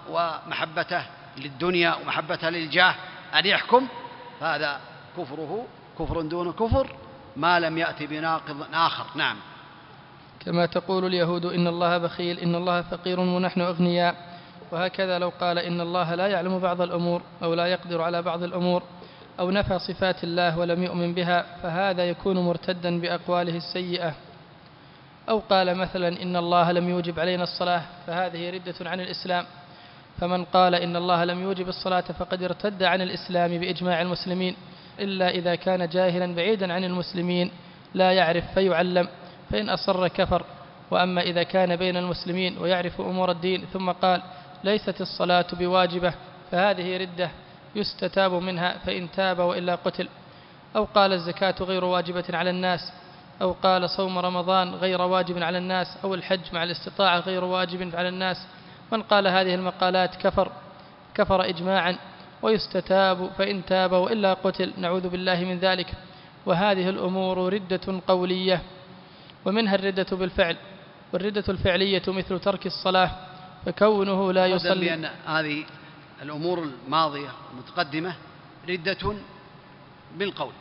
S2: ومحبته للدنيا ومحبته للجاه أن يحكم، فهذا كفره كفر دون كفر ما لم يأتي بناقض آخر. نعم.
S1: كما تقول اليهود إن الله بخيل، إن الله فقير ونحن أغنياء. وهكذا لو قال إن الله لا يعلم بعض الأمور أو لا يقدر على بعض الأمور أو نفى صفات الله ولم يؤمن بها، فهذا يكون مرتدا بأقواله السيئة. أو قال مثلا إن الله لم يوجب علينا الصلاة، فهذه ردة عن الإسلام. فمن قال إن الله لم يوجب الصلاة فقد ارتد عن الإسلام بإجماع المسلمين، إلا إذا كان جاهلا بعيدا عن المسلمين لا يعرف فيعلم، فإن أصر كفر. وأما إذا كان بين المسلمين ويعرف أمور الدين ثم قال ليست الصلاة بواجبة، فهذه ردة يستتاب منها، فإن تاب وإلا قتل. أو قال الزكاة غير واجبة على الناس، أو قال صوم رمضان غير واجب على الناس، أو الحج مع الاستطاعة غير واجب على الناس. من قال هذه المقالات كفر إجماعا، ويستتاب فإن تاب وإلا قتل، نعوذ بالله من ذلك. وهذه الأمور ردة قولية، ومنها الردة بالفعل. والردة الفعلية مثل ترك الصلاة، فكونه لا يصلي.
S2: بأن هذه الأمور الماضية المتقدمة ردة بالقول.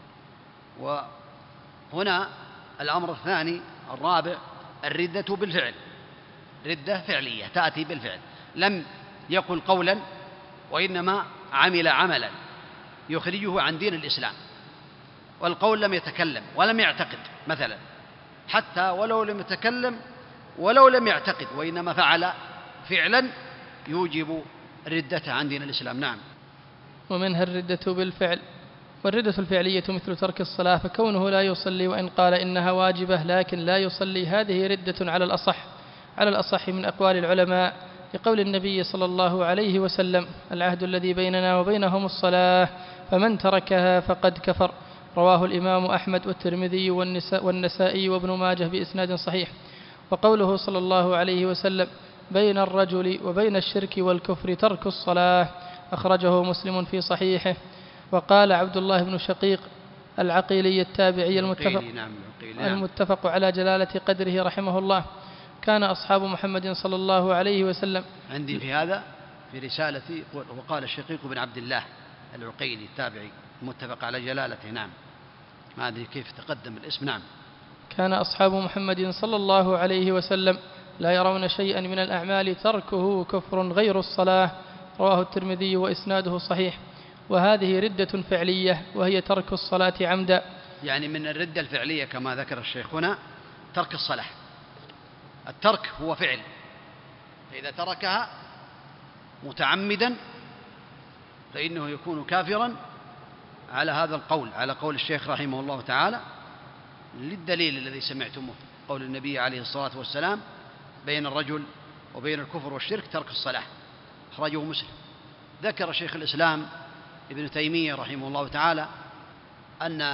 S2: وهنا الأمر الثاني الرابع الردة بالفعل، ردة فعلية تأتي بالفعل، لم يقل قولا وإنما عمل عملا يخرجه عن دين الإسلام. والقول لم يتكلم ولم يعتقد مثلا، حتى ولو لم يتكلم ولو لم يعتقد، وإنما فعل فعلا يوجب ردة عن دين الإسلام. نعم.
S1: ومنها الردة بالفعل. والردة الفعلية مثل ترك الصلاة، فكونه لا يصلي وإن قال إنها واجبة لكن لا يصلي، هذه ردة على الأصح من أقوال العلماء، لقول النبي صلى الله عليه وسلم العهد الذي بيننا وبينهم الصلاة، فمن تركها فقد كفر. رواه الإمام أحمد والترمذي والنسائي وابن ماجه بإسناد صحيح. وقوله صلى الله عليه وسلم بين الرجل وبين الشرك والكفر ترك الصلاة، أخرجه مسلم في صحيحه. وقال عبد الله بن شقيق العقيلي التابعي المتفق على جلالة قدره رحمه الله: كان أصحاب محمد صلى الله عليه وسلم.
S2: عندي في هذا في رسالتي وقال الشقيق بن عبد الله العقيلي التابعي المتفق على جلالته. نعم. ما أدري كيف تقدم الاسم. نعم.
S1: كان أصحاب محمد صلى الله عليه وسلم لا يرون شيئا من الأعمال تركه كفر غير الصلاة، رواه الترمذي وإسناده صحيح. وهذه ردة فعلية، وهي ترك الصلاة عمدا.
S2: يعني من الردة الفعلية كما ذكر الشيخ هنا ترك الصلاة. الترك هو فعل، فإذا تركها متعمدا فإنه يكون كافرا على هذا القول، على قول الشيخ رحمه الله تعالى، للدليل الذي سمعتموه، قول النبي عليه الصلاة والسلام بين الرجل وبين الكفر والشرك ترك الصلاة، أخرجه مسلم. ذكر شيخ الإسلام ابن تيمية رحمه الله تعالى أن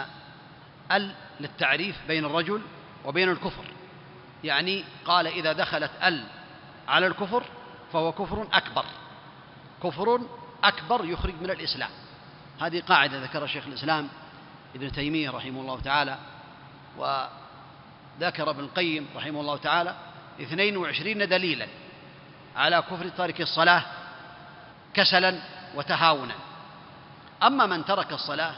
S2: للتعريف بين الرجل وبين الكفر، يعني قال إذا دخلت على الكفر فهو كفر أكبر، كفر أكبر يخرج من الإسلام. هذه قاعدة ذكر شيخ الإسلام ابن تيمية رحمه الله تعالى. وذكر ابن القيم رحمه الله تعالى 22 دليلا على كفر تارك الصلاة كسلا وتهاونا. أما من ترك الصلاة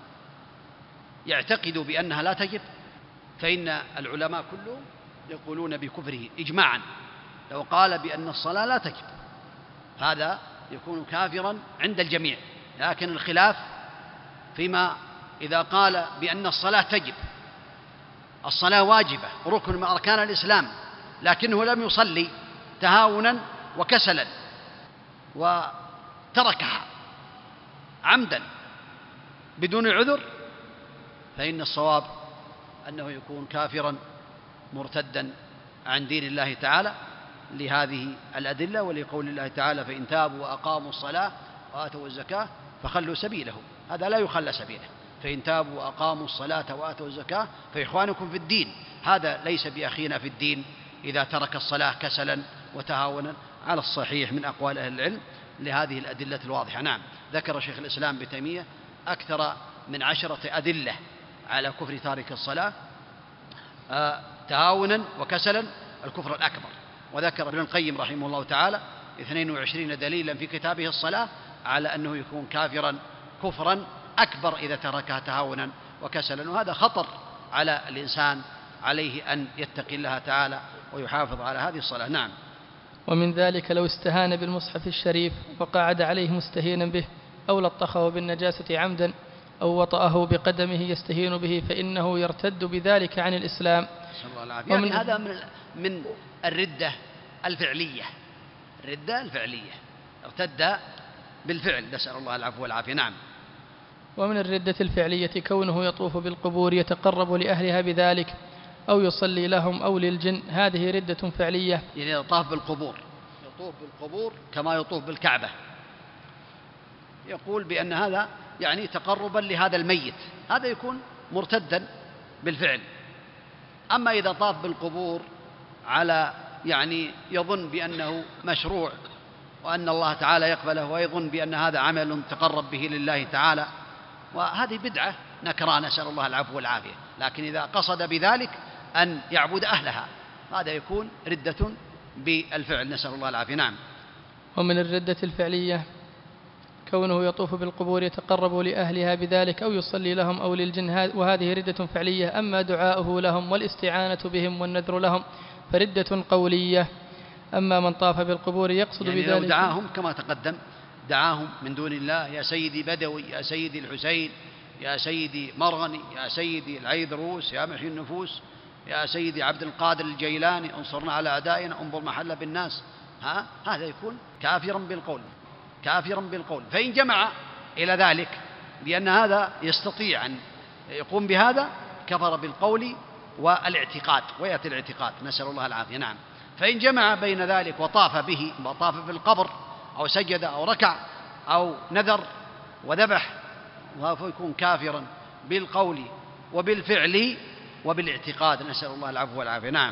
S2: يعتقد بأنها لا تجب، فإن العلماء كلهم يقولون بكفره إجماعا. لو قال بأن الصلاة لا تجب هذا يكون كافرا عند الجميع، لكن الخلاف فيما إذا قال بأن الصلاة تجب، الصلاة واجبة ركن من أركان الإسلام، لكنه لم يصلي تهاونا وكسلا وتركها عمدا بدون عذر، فإن الصواب أنه يكون كافرا مرتدا عن دين الله تعالى لهذه الأدلة، ولقول الله تعالى فإن تابوا وأقاموا الصلاة وآتوا الزكاة فخلوا سبيلهم. هذا لا يخلى سبيله، فإن تابوا وأقاموا الصلاة وآتوا الزكاة فإخوانكم في الدين. هذا ليس بأخينا في الدين إذا ترك الصلاة كسلا وتهاونا على الصحيح من أقوال أهل العلم لهذه الأدلة الواضحة. نعم. ذكر شيخ الإسلام ابن تيمية أكثر من 10 أدلة على كفر تارك الصلاة تهاونا وكسلا الكفر الأكبر. وذكر ابن القيم رحمه الله تعالى 22 دليلا في كتابه الصلاة على أنه يكون كافرا كفرا أكبر إذا تركها تهاونا وكسلا، وهذا خطر على الإنسان، عليه أن يتقي الله تعالى ويحافظ على هذه الصلاة. نعم.
S1: ومن ذلك لو استهان بالمصحف الشريف وقعد عليه مستهينا به، أو لطخه بالنجاسة عمدا، أو وطأه بقدمه يستهين به، فإنه يرتد بذلك عن الإسلام.
S2: يعني هذا من الردة الفعلية، الردة الفعلية، ارتد بالفعل، نسأل الله العفو والعافية. نعم.
S1: ومن الردة الفعلية كونه يطوف بالقبور يتقرب لأهلها بذلك، أو يصلي لهم أو للجن، هذه ردة فعلية.
S2: يعني يطوف بالقبور، يطوف بالقبور كما يطوف بالكعبة، يقول بأن هذا يعني تقربا لهذا الميت، هذا يكون مرتدا بالفعل. أما إذا طاف بالقبور على يعني يظن بأنه مشروع وأن الله تعالى يقبله، ويظن بأن هذا عمل تقرب به لله تعالى، وهذه بدعة نكراء، نسأل الله العفو والعافية. لكن إذا قصد بذلك أن يعبد أهلها هذا يكون ردة بالفعل، نسأل الله العافية. نعم.
S1: ومن الردة الفعلية كونه يطوف بالقبور يتقرب لأهلها بذلك، أو يصلي لهم أو للجن، وهذه ردة فعلية. أما دعاؤه لهم والاستعانة بهم والنذر لهم فردة قولية. أما من طاف بالقبور يقصد
S2: يعني
S1: بذلك،
S2: لو دعاهم كما تقدم، دعاهم من دون الله، يا سيدي بدوي، يا سيدي الحسين، يا سيدي مرغني، يا سيدي العيدروس، يا محيي النفوس، يا سيدي عبد القادر الجيلاني، انصرنا على أعدائنا، انظر محل بالناس، هذا يكون كافرا بالقول، كافرا بالقول. فإن جمع إلى ذلك بأن هذا يستطيع أن يقوم بهذا كفر بالقول والاعتقاد، ويأتي الاعتقاد، نسأل الله العافية. نعم. فإن جمع بين ذلك وطاف به، وطاف في القبر أو سجد أو ركع أو نذر وذبح، فيكون كافرا بالقول وبالفعل وبالاعتقاد، نسأل الله العفو والعافية. نعم.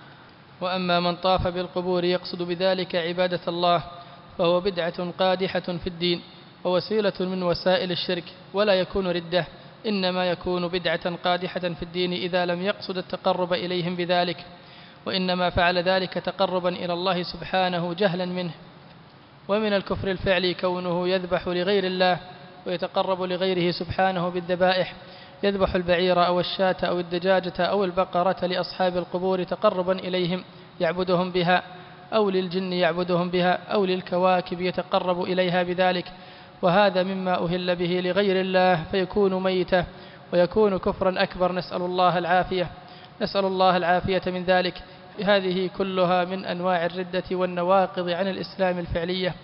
S1: وأما من طاف بالقبور يقصد بذلك عبادة الله فهو بدعة قادحة في الدين ووسيلة من وسائل الشرك، ولا يكون ردة، إنما يكون بدعة قادحة في الدين إذا لم يقصد التقرب إليهم بذلك، وإنما فعل ذلك تقربا إلى الله سبحانه جهلا منه. ومن الكفر الفعلي كونه يذبح لغير الله ويتقرب لغيره سبحانه بالذبائح، يذبح البعير أو الشاة أو الدجاجة أو البقرة لأصحاب القبور تقربا إليهم يعبدهم بها، أو للجن يعبدهم بها، أو للكواكب يتقرب إليها بذلك، وهذا مما أهل به لغير الله فيكون ميتة ويكون كفرا أكبر، نسأل الله العافية. نسأل الله العافية من ذلك. هذه كلها من أنواع الردة والنواقض عن الإسلام الفعلية.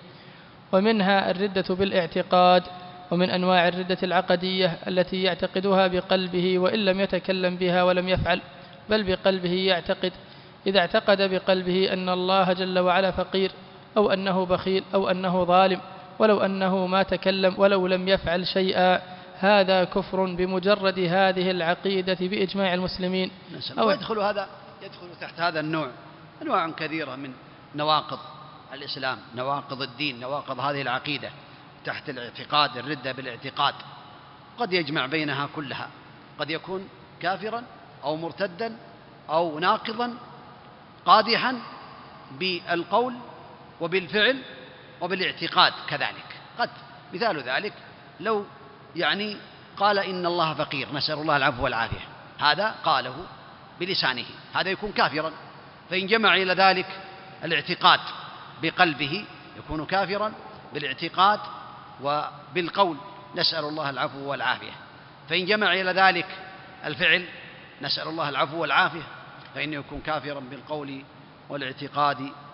S1: ومنها الردة بالاعتقاد، ومن أنواع الردة العقدية التي يعتقدها بقلبه وإن لم يتكلم بها ولم يفعل، بل بقلبه يعتقد. إذا اعتقد بقلبه أن الله جل وعلا فقير، أو أنه بخيل، أو أنه ظالم، ولو أنه ما تكلم ولو لم يفعل شيئا، هذا كفر بمجرد هذه العقيدة بإجماع المسلمين.
S2: أو يدخل تحت هذا النوع أنواع كثيرة من نواقض الإسلام، نواقض الدين، نواقض هذه العقيدة تحت الاعتقاد، الردة بالاعتقاد، قد يجمع بينها كلها، قد يكون كافرا أو مرتدا أو ناقضا قادحا بالقول وبالفعل وبالاعتقاد كذلك. قد مثال ذلك لو يعني قال إن الله فقير، نسأل الله العفو والعافية، هذا قاله بلسانه، هذا يكون كافرا. فإن جمع إلى ذلك الاعتقاد بقلبه يكون كافرا بالاعتقاد وبالقول، نسأل الله العفو والعافية. فإن جمع إلى ذلك الفعل، نسأل الله العفو والعافية، فإنه يكون كافرا بالقول والاعتقاد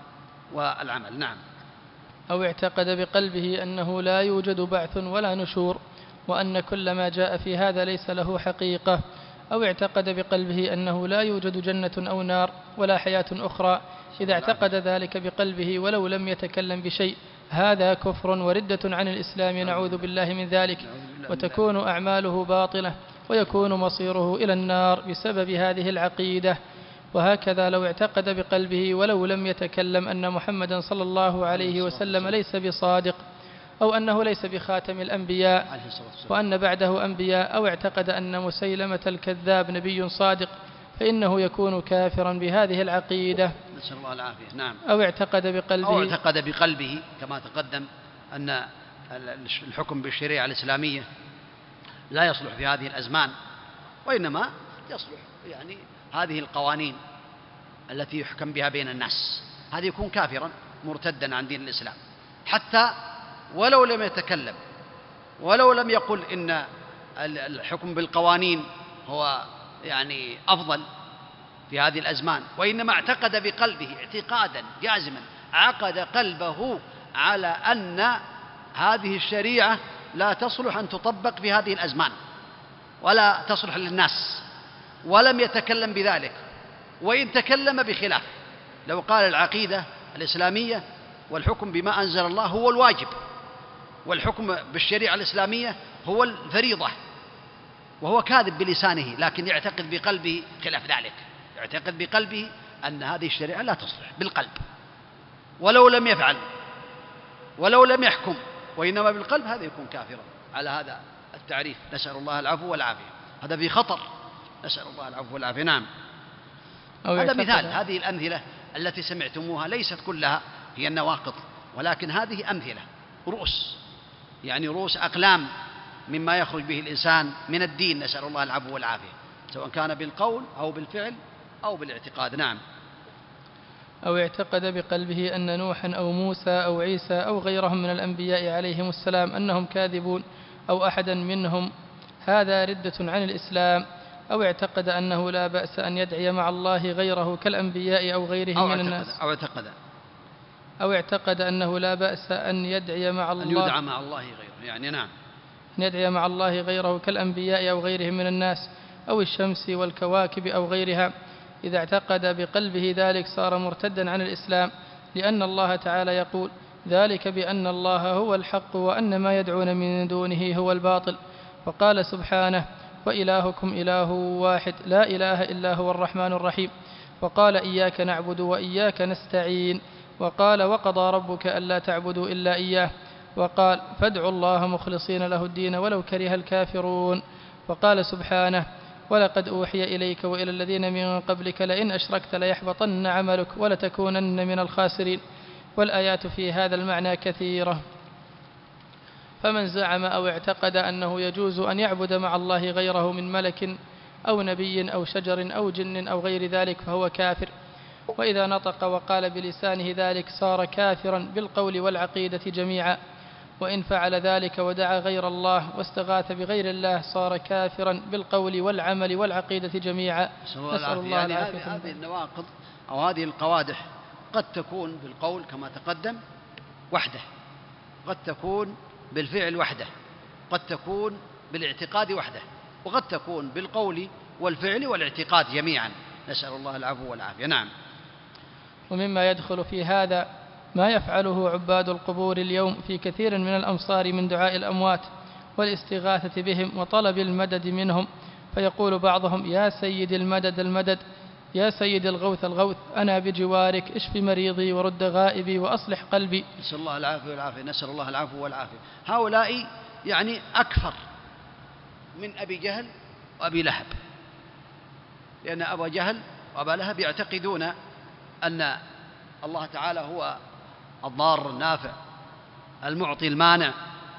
S2: والعمل. نعم.
S1: أو اعتقد بقلبه أنه لا يوجد بعث ولا نشور، وأن كل ما جاء في هذا ليس له حقيقة، أو اعتقد بقلبه أنه لا يوجد جنة أو نار ولا حياة أخرى. إذا اعتقد ذلك بقلبه ولو لم يتكلم بشيء، هذا كفر وردة عن الإسلام، نعوذ بالله من ذلك، وتكون أعماله باطلة ويكون مصيره إلى النار بسبب هذه العقيدة. وهكذا لو اعتقد بقلبه ولو لم يتكلم أن محمدا صلى الله عليه وسلم ليس بصادق، أو أنه ليس بخاتم الأنبياء وأن بعده أنبياء، أو اعتقد أن مسيلمة الكذاب نبي صادق، فإنه يكون كافرا بهذه العقيدة.
S2: نسأل الله العافية. نعم.
S1: أو اعتقد
S2: بقلبه كما تقدم أن الحكم بالشريعة الإسلامية لا يصلح في هذه الأزمان، وإنما يصلح يعني هذه القوانين التي يحكم بها بين الناس، هذا يكون كافرا مرتدا عن دين الإسلام، حتى ولو لم يتكلم ولو لم يقل إن الحكم بالقوانين هو يعني أفضل في هذه الأزمان، وإنما اعتقد بقلبه اعتقادا جازما، عقد قلبه على أن هذه الشريعة لا تصلح أن تطبق في هذه الأزمان ولا تصلح للناس، ولم يتكلم بذلك، وإن تكلم بخلاف. لو قال العقيدة الإسلامية والحكم بما أنزل الله هو الواجب، والحكم بالشريعة الإسلامية هو الفريضة، وهو كاذب بلسانه لكن يعتقد بقلبه خلاف ذلك، يعتقد بقلبه أن هذه الشريعة لا تصلح بالقلب، ولو لم يفعل ولو لم يحكم، وإنما بالقلب، هذا يكون كافرا على هذا التعريف. نسأل الله العفو والعافية. هذا في خطر، نسأل الله العفو والعافية. نعم. هذا مثال. هذه الأمثلة التي سمعتموها ليست كلها هي النواقض، ولكن هذه أمثلة، رؤوس، يعني رؤوس أقلام مما يخرج به الإنسان من الدين، نسأل الله العفو والعافية، سواء كان بالقول أو بالفعل أو بالاعتقاد. نعم.
S1: أو اعتقد بقلبه أن نوحا أو موسى أو عيسى أو غيرهم من الأنبياء عليهم السلام أنهم كاذبون أو أحدا منهم، هذا ردة عن الإسلام. أو اعتقد أنه لا بأس أن يدعي مع الله غيره كالأنبياء أو غيرهم من الناس. أو اعتقد أنه لا بأس أن يدعي مع الله،
S2: أن يدعى مع الله غيره، يعني نعم،
S1: أن يدعي مع الله غيره كالأنبياء أو غيرهم من الناس أو الشمس والكواكب أو غيرها. إذا اعتقد بقلبه ذلك صار مرتدا عن الإسلام، لأن الله تعالى يقول: ذلك بأن الله هو الحق وأن ما يدعون من دونه هو الباطل. وقال سبحانه: وإلهكم إله واحد لا إله إلا هو الرحمن الرحيم. وقال: إياك نعبد وإياك نستعين. وقال: وقضى ربك ألا تعبدوا إلا إياه. وقال: فادعوا الله مخلصين له الدين ولو كره الكافرون. وقال سبحانه: ولقد أوحي إليك وإلى الذين من قبلك لئن أشركت ليحبطن عملك ولتكونن من الخاسرين. والآيات في هذا المعنى كثيرة. فمن زعم أو اعتقد أنه يجوز أن يعبد مع الله غيره من ملك أو نبي أو شجر أو جن أو غير ذلك فهو كافر. وإذا نطق وقال بلسانه ذلك صار كافرا بالقول والعقيدة جميعا. وإن فعل ذلك ودعا غير الله واستغاث بغير الله صار كافرا بالقول والعمل والعقيدة جميعا.
S2: نسأل الله العافية. هذه النواقض أو هذه القوادح قد تكون بالقول كما تقدم وحده، قد تكون بالفعل وحده، قد تكون بالاعتقاد وحده، وقد تكون بالقول والفعل والاعتقاد جميعا، نسأل الله العفو والعافية. نعم.
S1: ومما يدخل في هذا ما يفعله عباد القبور اليوم في كثير من الأمصار من دعاء الأموات والاستغاثة بهم وطلب المدد منهم، فيقول بعضهم: يا سيد المدد المدد، يا سيد الغوث الغوث، أنا بجوارك، اشف مريضي ورد غائبي وأصلح قلبي.
S2: نسأل الله العافية والعافية. نسأل الله العفو والعافية. هؤلاء يعني أكثر من أبي جهل وأبي لهب، لأن أبا جهل وأبا لهب يعتقدون أن الله تعالى هو الضار النافع المعطي المانع،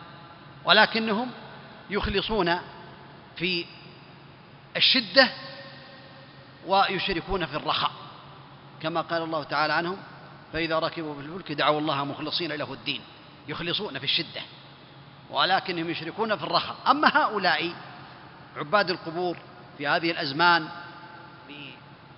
S2: ولكنهم يخلصون في الشدة ويشركون في الرخاء، كما قال الله تعالى عنهم: فإذا ركبوا في الفلك دعوا الله مخلصين له الدين. يخلصون في الشدة ولكنهم يشركون في الرخاء. أما هؤلاء عباد القبور في هذه الأزمان في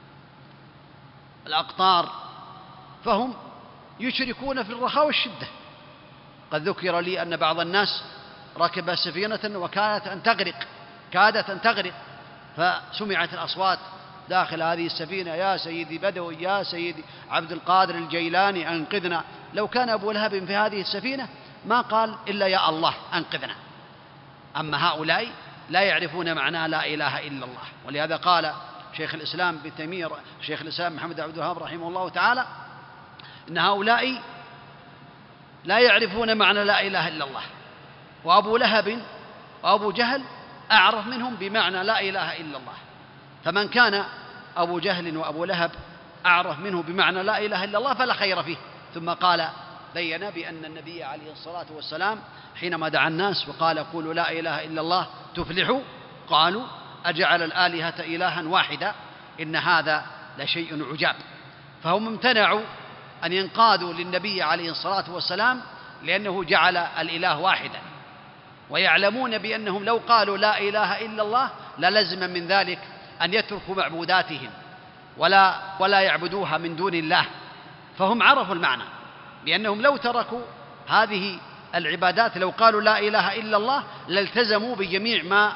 S2: الأقطار فهم يشركون في الرخاء والشدة. قد ذكر لي أن بعض الناس ركب سفينة وكادت أن تغرق، فسمعت الأصوات داخل هذه السفينة: يا سيدي بدوي، يا سيدي عبد القادر الجيلاني، أنقذنا. لو كان أبو لهب في هذه السفينة ما قال إلا يا الله أنقذنا. أما هؤلاء لا يعرفون معنى لا إله إلا الله. ولهذا قال شيخ الإسلام ابن تيمية، شيخ الإسلام محمد عبد الوهاب رحمه الله تعالى: إن هؤلاء لا يعرفون معنى لا إله إلا الله، وأبو لهب وأبو جهل أعرف منهم بمعنى لا إله إلا الله. فمن كان أبو جهل وأبو لهب أعرف منه بمعنى لا إله إلا الله فلا خير فيه. ثم قال بين بأن النبي عليه الصلاة والسلام حينما دعا الناس وقال قولوا لا إله إلا الله تفلحوا، قالوا أجعل الآلهة إلها واحدا إن هذا لشيء عجاب. فهم امتنعوا أن ينقادوا للنبي عليه الصلاة والسلام لأنه جعل الإله واحدا، ويعلمون بأنهم لو قالوا لا إله إلا الله للزم من ذلك أن يتركوا معبوداتهم ولا يعبدوها من دون الله. فهم عرفوا المعنى بأنهم لو تركوا هذه العبادات، لو قالوا لا إله إلا الله لالتزموا بجميع ما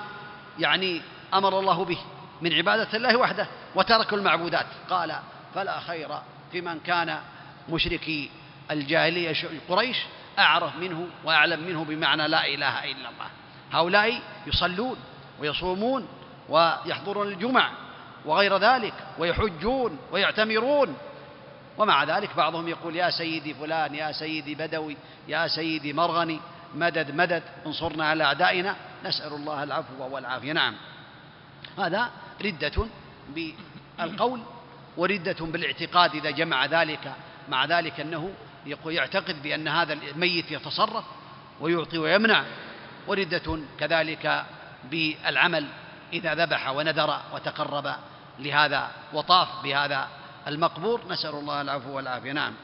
S2: أمر الله به من عبادة الله وحده وتركوا المعبودات. قال فلا خير في من كان مشركي الجاهلية قريش أعرف منه وأعلم منه بمعنى لا إله إلا الله. هؤلاء يصلون ويصومون ويحضرون الجمع وغير ذلك ويحجون ويعتمرون، ومع ذلك بعضهم يقول يا سيدي فلان، يا سيدي بدوي، يا سيدي مرغني، مدد مدد، انصرنا على أعدائنا، نسأل الله العفو والعافية. نعم، هذا ردة بالقول وردة بالاعتقاد إذا جمع ذلك مع ذلك أنه يعتقد بأن هذا الميت يتصرف ويعطي ويمنع، وردة كذلك بالعمل إذا ذبح ونذر وتقرب لهذا وطاف بهذا المقبور، نسأل الله العفو والعافية. نعم.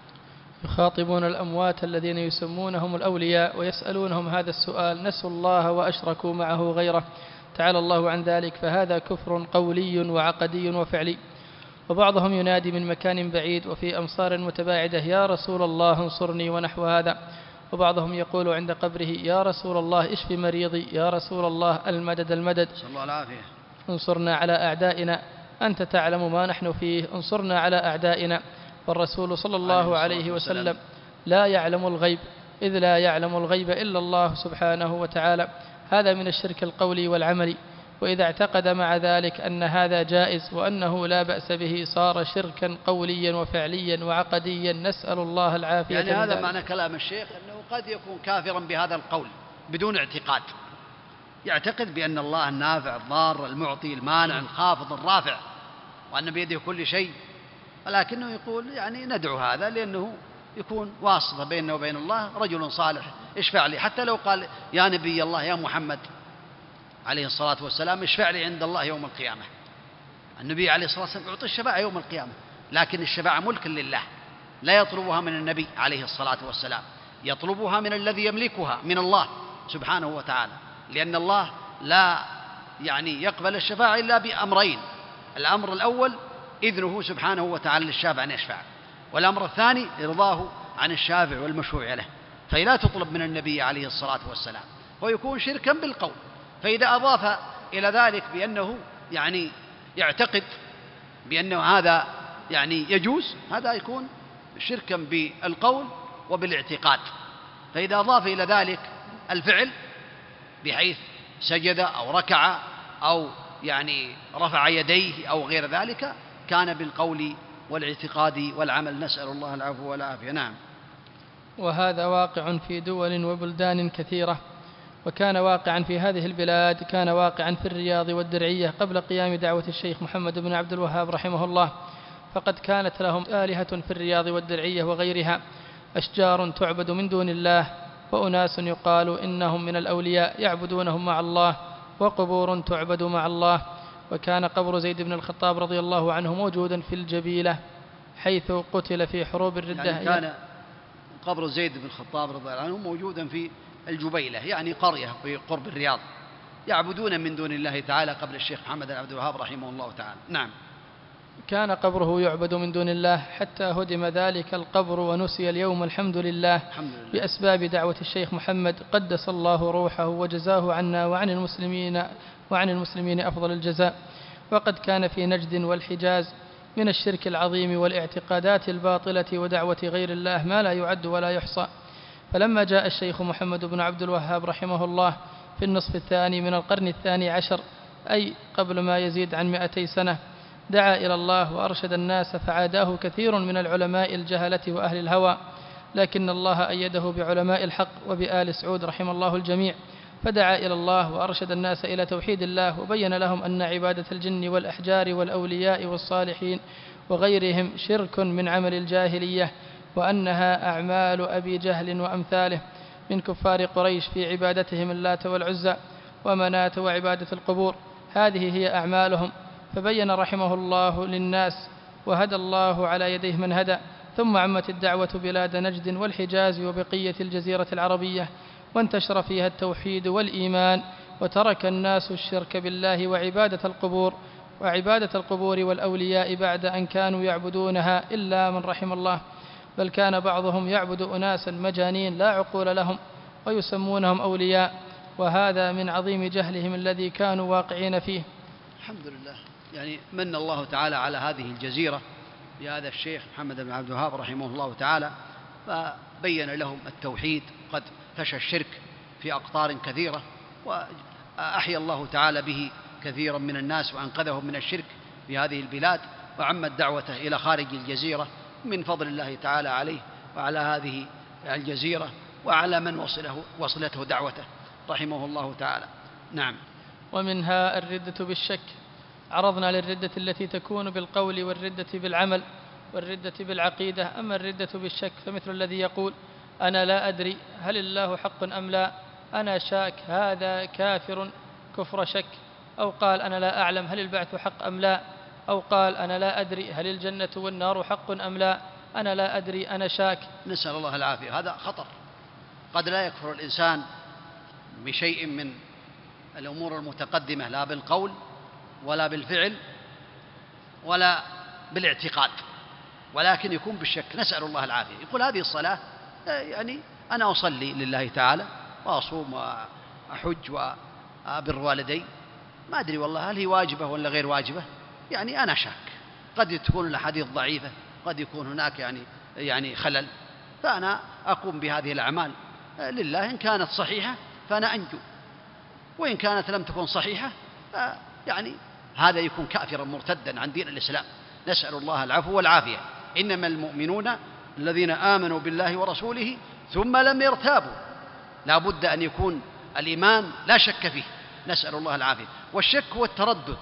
S1: يخاطبون الأموات الذين يسمونهم الأولياء ويسألونهم هذا السؤال: نسوا الله وأشركوا معه غيره تعالى الله عن ذلك، فهذا كفر قولي وعقدي وفعلي. وبعضهم ينادي من مكان بعيد وفي أمصار متباعدة: يا رسول الله انصرني، ونحو هذا. وبعضهم يقول عند قبره: يا رسول الله اشف مريضي، يا رسول الله المدد المدد،
S2: صلى الله العافية،
S1: انصرنا على أعدائنا، أنت تعلم ما نحن فيه، انصرنا على أعدائنا. والرسول صلى الله عليه وسلم لا يعلم الغيب، إذ لا يعلم الغيب إلا الله سبحانه وتعالى. هذا من الشرك القولي والعملي. وإذا اعتقد مع ذلك أن هذا جائز وأنه لا بأس به صار شركا قوليا وفعليا وعقديا، نسأل الله العافية.
S2: هذا معنى كلام الشيخ أنه قد يكون كافرا بهذا القول بدون اعتقاد، يعتقد بأن الله النافع الضار المعطي المانع الخافض الرافع وأن بيده كل شيء، ولكنه يقول ندعو هذا لأنه يكون واسطة بيننا وبين الله، رجل صالح اشفع لي، حتى لو قال يا نبي الله يا محمد عليه الصلاة والسلام اشفع لي عند الله يوم القيامة. النبي عليه الصلاة والسلام يعطي الشفاعة يوم القيامة، لكن الشفاعة ملك لله، لا يطلبها من النبي عليه الصلاة والسلام، يطلبها من الذي يملكها من الله سبحانه وتعالى، لأن الله لا يقبل الشفاعة إلا بأمرين: الأمر الأول إذنه سبحانه وتعالى للشافع أن يشفع، والأمر الثاني إرضاه عن الشافع والمشفوع له، فلا تطلب من النبي عليه الصلاة والسلام، ويكون شركا بالقول. فإذا أضاف إلى ذلك بأنه يعتقد بأنه هذا يجوز، هذا يكون شركا بالقول وبالاعتقاد. فإذا أضاف إلى ذلك الفعل بحيث سجد أو ركع أو رفع يديه أو غير ذلك، كان بالقول والاعتقاد والعمل، نسأل الله العفو والعافية. نعم.
S1: وهذا واقع في دول وبلدان كثيرة، وكان واقعا في هذه البلاد، كان واقعا في الرياض والدرعية قبل قيام دعوة الشيخ محمد بن عبد الوهاب رحمه الله، فقد كانت لهم آلهة في الرياض والدرعية وغيرها، أشجار تعبد من دون الله، وأناس يقال إنهم من الأولياء يعبدونهم مع الله، وقبور تعبد مع الله. وكان قبر زيد بن الخطاب رضي الله عنه موجودا في الجبيلة حيث قتل في حروب الردة.
S2: كان قبر زيد بن الخطاب رضي الله عنه موجودا في الجبيلة، قرية في قرب الرياض، يعبدون من دون الله تعالى قبل الشيخ محمد بن عبد الوهاب رحمه الله تعالى. نعم.
S1: كان قبره يعبد من دون الله حتى هدم ذلك القبر ونسي اليوم، الحمد لله بأسباب دعوة الشيخ محمد، قدس الله روحه وجزاه عنا وعن المسلمين أفضل الجزاء. وقد كان في نجد والحجاز من الشرك العظيم والاعتقادات الباطلة ودعوة غير الله ما لا يعد ولا يحصى. فلما جاء الشيخ محمد بن عبد الوهاب رحمه الله في النصف الثاني من القرن الثاني عشر، أي قبل ما يزيد عن 200 سنة، دعا إلى الله وأرشد الناس، فعاداه كثير من العلماء الجهلة وأهل الهوى، لكن الله أيده بعلماء الحق وبآل سعود رحم الله الجميع، فدعا إلى الله وأرشد الناس إلى توحيد الله، وبين لهم أن عبادة الجن والأحجار والأولياء والصالحين وغيرهم شرك من عمل الجاهلية، وأنها أعمال أبي جهل وأمثاله من كفار قريش في عبادتهم اللات والعزى ومناة وعبادة القبور. هذه هي أعمالهم. فبين رحمه الله للناس، وهدى الله على يديه من هدى. ثم عمت الدعوة بلاد نجد والحجاز وبقية الجزيرة العربية، وانتشر فيها التوحيد والإيمان، وترك الناس الشرك بالله وعبادة القبور والأولياء بعد أن كانوا يعبدونها إلا من رحم الله، بل كان بعضهم يعبد أناسا مجانين لا عقول لهم ويسمونهم أولياء، وهذا من عظيم جهلهم الذي كانوا واقعين فيه.
S2: الحمد لله. يعني من الله تعالى على هذه الجزيرة بهذا الشيخ محمد بن عبد الوهاب رحمه الله تعالى، فبين لهم التوحيد. قد فشى الشرك في أقطار كثيرة، وأحيا الله تعالى به كثيرا من الناس وأنقذهم من الشرك في هذه البلاد، وعمت دعوته إلى خارج الجزيرة من فضل الله تعالى عليه وعلى هذه الجزيرة وعلى من وصلته دعوته رحمه الله تعالى. نعم.
S1: ومنها الردة بالشك. عرضنا للردة التي تكون بالقول، والردة بالعمل، والردة بالعقيدة. أما الردة بالشك فمثل الذي يقول أنا لا أدري هل الله حق أم لا، أنا شاك، هذا كافر كفر شك. أو قال أنا لا أعلم هل البعث حق أم لا، أو قال أنا لا أدري هل الجنة والنار حق أم لا، أنا لا أدري، أنا شاك.
S2: نسأل الله العافية. هذا خطر. قد لا يكفر الإنسان بشيء من الأمور المتقدمة، لا بالقول ولا بالفعل ولا بالاعتقاد، ولكن يكون بالشك. نسأل الله العافية. يقول هذه الصلاة يعني أنا أصلي لله تعالى وأصوم وأحج وأبر والدي، ما أدري والله هل هي واجبة ولا غير واجبة، يعني أنا شاك. قد تكون الأحاديث ضعيفة، قد يكون هناك يعني خلل، فأنا أقوم بهذه الأعمال لله. إن كانت صحيحة فأنا أنجو، وإن كانت لم تكن صحيحة يعني هذا يكون كافرا مرتدا عن دين الإسلام. نسأل الله العفو والعافية. إنما المؤمنون الذين آمنوا بالله ورسوله ثم لم يرتابوا. لا بد أن يكون الإيمان لا شك فيه. نسأل الله العافية. والشك هو التردد،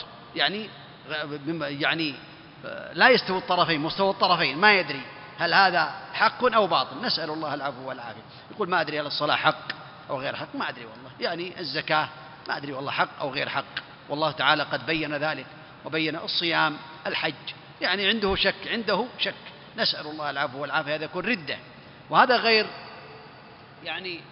S2: يعني لا يستوي الطرفين، مستوى الطرفين ما يدري هل هذا حق أو باطل. نسأل الله العفو والعافية. يقول ما أدري هل الصلاة حق أو غير حق، ما أدري والله، يعني الزكاة ما أدري والله حق أو غير حق، والله تعالى قد بين ذلك، وبين الصيام، الحج، يعني عنده شك. نسأل الله العفو والعافية. هذا يكون ردة، وهذا غير يعني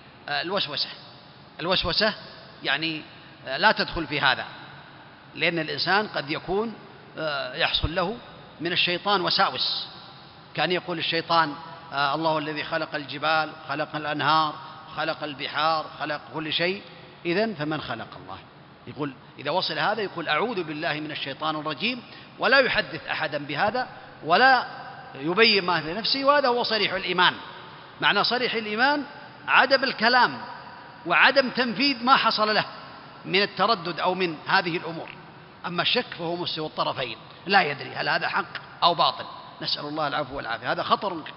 S2: الوسوسة يعني لا تدخل في هذا، لأن الإنسان قد يكون يحصل له من الشيطان وساوس. كان يقول الشيطان الله الذي خلق الجبال، خلق الأنهار، خلق البحار، خلق كل شيء، إذن فمن خلق الله؟ يقول إذا وصل هذا يقول أعوذ بالله من الشيطان الرجيم، ولا يحدث أحدا بهذا ولا يبين ما في نفسه. وهذا هو صريح الإيمان. معنى صريح الإيمان عدم الكلام وعدم تنفيذ ما حصل له من التردد أو من هذه الأمور. أما الشك فهو مستوى الطرفين، لا يدري هل هذا حق أو باطل. نسأل الله العفو والعافية. هذا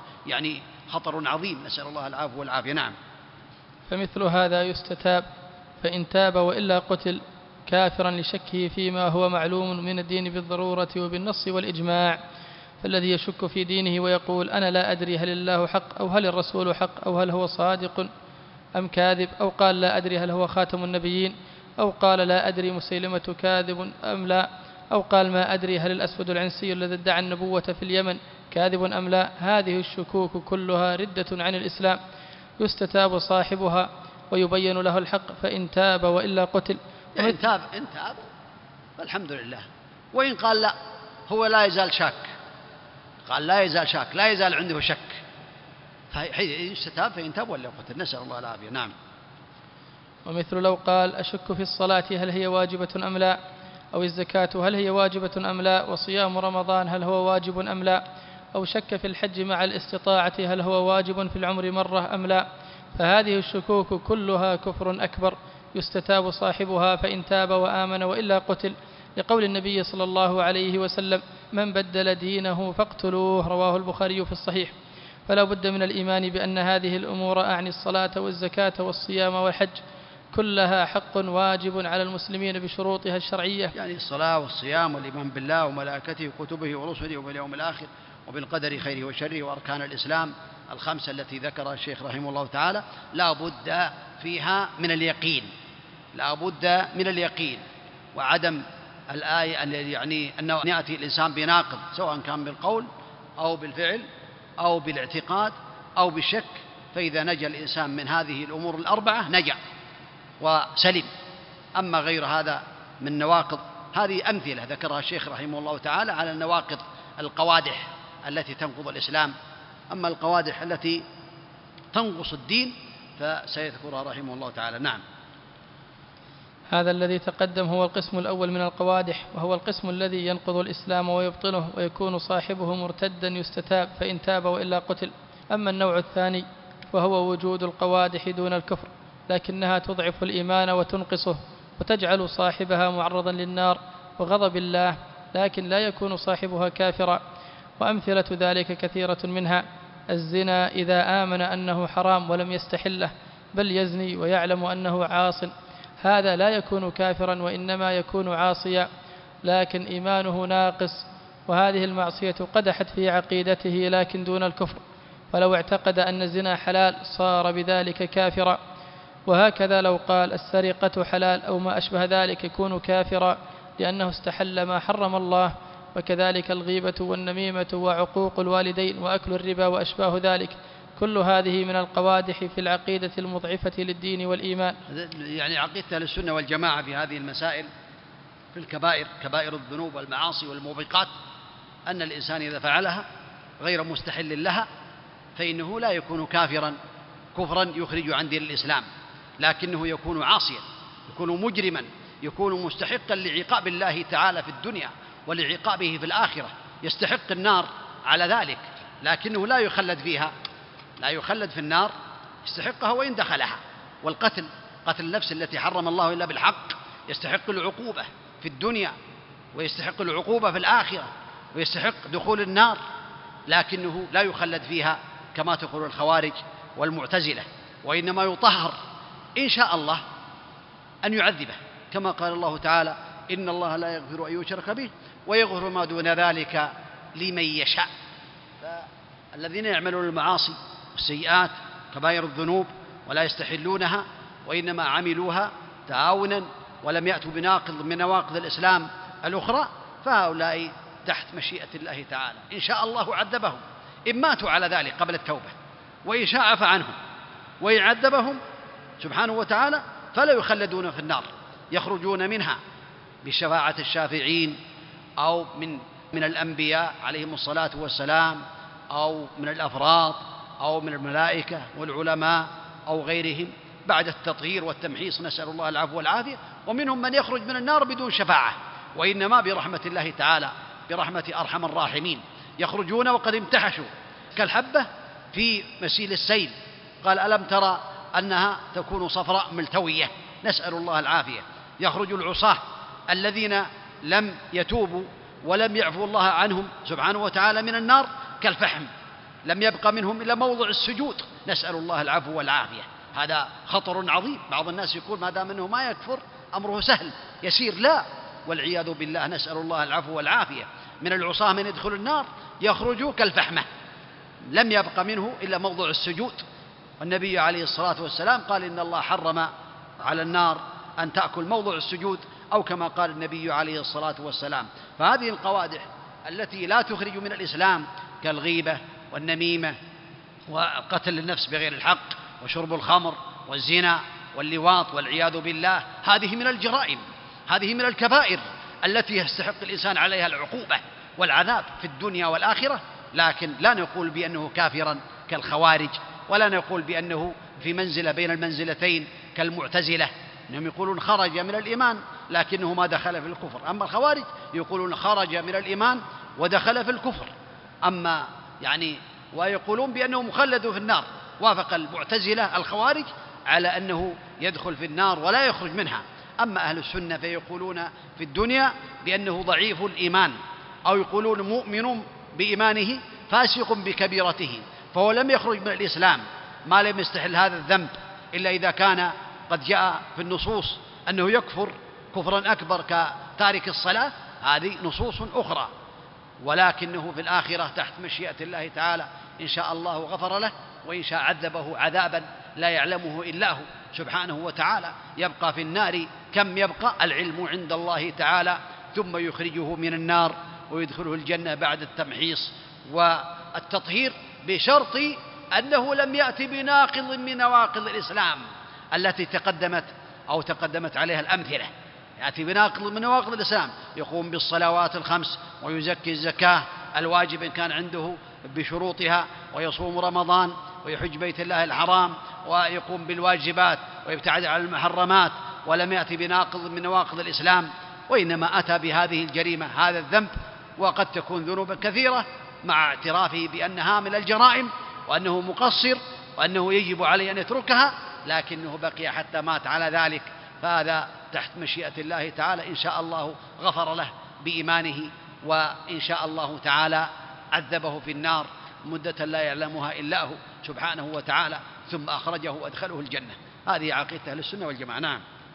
S2: خطر عظيم. نسأل الله العفو والعافية. نعم.
S1: فمثل هذا يستتاب، فإن تاب وإلا قتل كافرا لشكه فيما هو معلوم من الدين بالضرورة وبالنص والإجماع. فالذي يشك في دينه ويقول أنا لا أدري هل الله حق أو هل الرسول حق أو هل هو صادق أم كاذب، أو قال لا أدري هل هو خاتم النبيين، أو قال لا أدري مسيلمة كاذب أم لا، أو قال ما أدري هل الأسود العنسي الذي ادعى النبوة في اليمن كاذب أم لا، هذه الشكوك كلها ردة عن الإسلام. يستتاب صاحبها ويبين له الحق، فإن تاب وإلا قتل.
S2: إن تاب فالحمد لله. وإن قال لا، هو لا يزال شاك، قال لا يزال شاك، لا يزال عنده شك، يستتاب فإن تاب وإلا قتل. نسأل الله العافية. نعم.
S1: ومثل لو قال أشك في الصلاة هل هي واجبة أم لا، أو الزكاة هل هي واجبة أم لا، وصيام رمضان هل هو واجب أم لا، أو شك في الحج مع الاستطاعة هل هو واجب في العمر مرة أم لا، فهذه الشكوك كلها كفر أكبر. يستتاب صاحبها فإن تاب وآمن وإلا قتل، لقول النبي صلى الله عليه وسلم من بدل دينه فاقتلوه، رواه البخاري في الصحيح. فلا بد من الإيمان بأن هذه الأمور أعني الصلاة والزكاة والصيام والحج كلها حق واجب على المسلمين بشروطها الشرعية،
S2: يعني الصلاة والصيام والإيمان بالله وملائكته وكتبه ورسله وباليوم الآخر وبالقدر خيره وشره وأركان الإسلام الخمسة التي ذكرها الشيخ رحمه الله تعالى لا بد فيها من اليقين، لا بد من اليقين وعدم الآية يعني أنه يأتي الإنسان بناقض سواء كان بالقول أو بالفعل أو بالاعتقاد أو بالشك، فإذا نجا الإنسان من هذه الأمور الأربعة نجا وسلم. أما غير هذا من نواقض، هذه أمثلة ذكرها الشيخ رحمه الله تعالى على النواقض القوادح التي تنقض الإسلام. أما القوادح التي تنقص الدين فسيذكرها رحمه الله تعالى. نعم.
S1: هذا الذي تقدم هو القسم الأول من القوادح، وهو القسم الذي ينقض الإسلام ويبطله ويكون صاحبه مرتدا يستتاب فإن تاب وإلا قتل. أما النوع الثاني فهو وجود القوادح دون الكفر، لكنها تضعف الإيمان وتنقصه وتجعل صاحبها معرضا للنار وغضب الله، لكن لا يكون صاحبها كافرا. وأمثلة ذلك كثيرة منها: الزنا إذا آمن أنه حرام ولم يستحله بل يزني ويعلم أنه عاص، هذا لا يكون كافرا وإنما يكون عاصيا لكن إيمانه ناقص، وهذه المعصية قدحت في عقيدته لكن دون الكفر، فلو اعتقد أن الزنا حلال صار بذلك كافرا. وهكذا لو قال السرقة حلال أو ما أشبه ذلك يكون كافرا لأنه استحل ما حرم الله. وكذلك الغيبة والنميمة وعقوق الوالدين وأكل الربا وأشباه ذلك، كل هذه من القوادح في العقيدة المضعفة للدين والإيمان.
S2: يعني عقيدة أهل السنة والجماعة في هذه المسائل في الكبائر، كبائر الذنوب والمعاصي والموبقات، أن الإنسان إذا فعلها غير مستحل لها فإنه لا يكون كافرا كفرا يخرج عن دين الإسلام، لكنه يكون عاصيا، يكون مجرما، يكون مستحقا لعقاب الله تعالى في الدنيا ولعقابه في الآخرة، يستحق النار على ذلك، لكنه لا يخلد فيها، لا يخلد في النار، يستحقها وإن دخلها. والقتل، قتل النفس التي حرم الله إلا بالحق، يستحق العقوبة في الدنيا ويستحق العقوبة في الآخرة ويستحق دخول النار، لكنه لا يخلد فيها كما تقول الخوارج والمعتزلة، وإنما يطهر إن شاء الله أن يعذبه، كما قال الله تعالى: إن الله لا يغفر أن يشرك به ويغفر ما دون ذلك لمن يشاء. فالذين يعملون المعاصي والسيئات كبائر الذنوب ولا يستحلونها وإنما عملوها تعاونا ولم يأتوا بناقض من نواقض الإسلام الأخرى، فهؤلاء تحت مشيئة الله تعالى، إن شاء الله عذبهم إن ماتوا على ذلك قبل التوبة، وإن شاء عفى عنهم، وإن عذبهم سبحانه وتعالى فلا يخلدون في النار، يخرجون منها بشفاعة الشافعين أو من الأنبياء عليهم الصلاة والسلام، أو من الأفراد، أو من الملائكة والعلماء أو غيرهم بعد التطهير والتمحيص، نسأل الله العفو والعافية. ومنهم من يخرج من النار بدون شفاعة، وإنما برحمة الله تعالى، برحمة أرحم الراحمين، يخرجون وقد امتحشوا كالحبة في مسيل السيل. قال: ألم ترى أنها تكون صفراء ملتوية، نسأل الله العافية. يخرج العصاة الذين لم يتوبوا ولم يعفو الله عنهم سبحانه وتعالى من النار كالفحم، لم يبق منهم إلا موضع السجود، نسأل الله العفو والعافية. هذا خطر عظيم. بعض الناس يقول ما دام أنه ما يكفر أمره سهل يسير، لا، والعياذ بالله، نسأل الله العفو والعافية. من العصاة من يدخل النار يخرج كالفحمة، لم يبق منه إلا موضع السجود. والنبي عليه الصلاة والسلام قال: إن الله حرم على النار أن تأكل موضع السجود، أو كما قال النبي عليه الصلاة والسلام. فهذه القوادح التي لا تخرج من الإسلام كالغيبة والنميمة وقتل النفس بغير الحق وشرب الخمر والزنا واللواط والعياذ بالله، هذه من الجرائم، هذه من الكبائر التي يستحق الإنسان عليها العقوبة والعذاب في الدنيا والآخرة. لكن لا نقول بأنه كافرا كالخوارج، ولا نقول بأنه في منزلة بين المنزلتين كالمعتزلة، إنهم يقولون خرج من الإيمان لكنه ما دخل في الكفر. أما الخوارج يقولون خرج من الإيمان ودخل في الكفر، أما ويقولون بأنه مخلد في النار. وافق المعتزلة الخوارج على أنه يدخل في النار ولا يخرج منها. أما أهل السنة فيقولون في الدنيا بأنه ضعيف الإيمان، أو يقولون مؤمن بإيمانه فاسق بكبيرته، فهو لم يخرج من الإسلام ما لم يستحل هذا الذنب إلا إذا كان قد جاء في النصوص أنه يكفر كفرا أكبر كتارك الصلاة، هذه نصوص أخرى، ولكنه في الآخرة تحت مشيئة الله تعالى، إن شاء الله غفر له، وإن شاء عذبه عذابا لا يعلمه إلا هو سبحانه وتعالى. يبقى في النار كم يبقى؟ العلم عند الله تعالى، ثم يخرجه من النار ويدخله الجنة بعد التمحيص والتطهير، بشرط أنه لم يأتي بناقض من نواقض الإسلام التي تقدمت عليها الأمثلة. يأتي بناقض من نواقض الإسلام، يقوم بالصلوات الخمس ويزكي الزكاة الواجب إن كان عنده بشروطها، ويصوم رمضان ويحج بيت الله الحرام ويقوم بالواجبات ويبتعد عن المحرمات، ولم يأتي بناقض من نواقض الإسلام، وإنما أتى بهذه الجريمة، هذا الذنب، وقد تكون ذنوبا كثيرة مع اعترافه بأنها من الجرائم وأنه مقصر وأنه يجب عليه أن يتركها، لكنه بقي حتى مات على ذلك، فهذا تحت مشيئة الله تعالى. إن شاء الله غفر له بإيمانه، وإن شاء الله تعالى عذبه في النار مدة لا يعلمها إلا هو سبحانه وتعالى، ثم أخرجه وأدخله الجنة. هذه عقيدة أهل السنة والجماعة. نعم.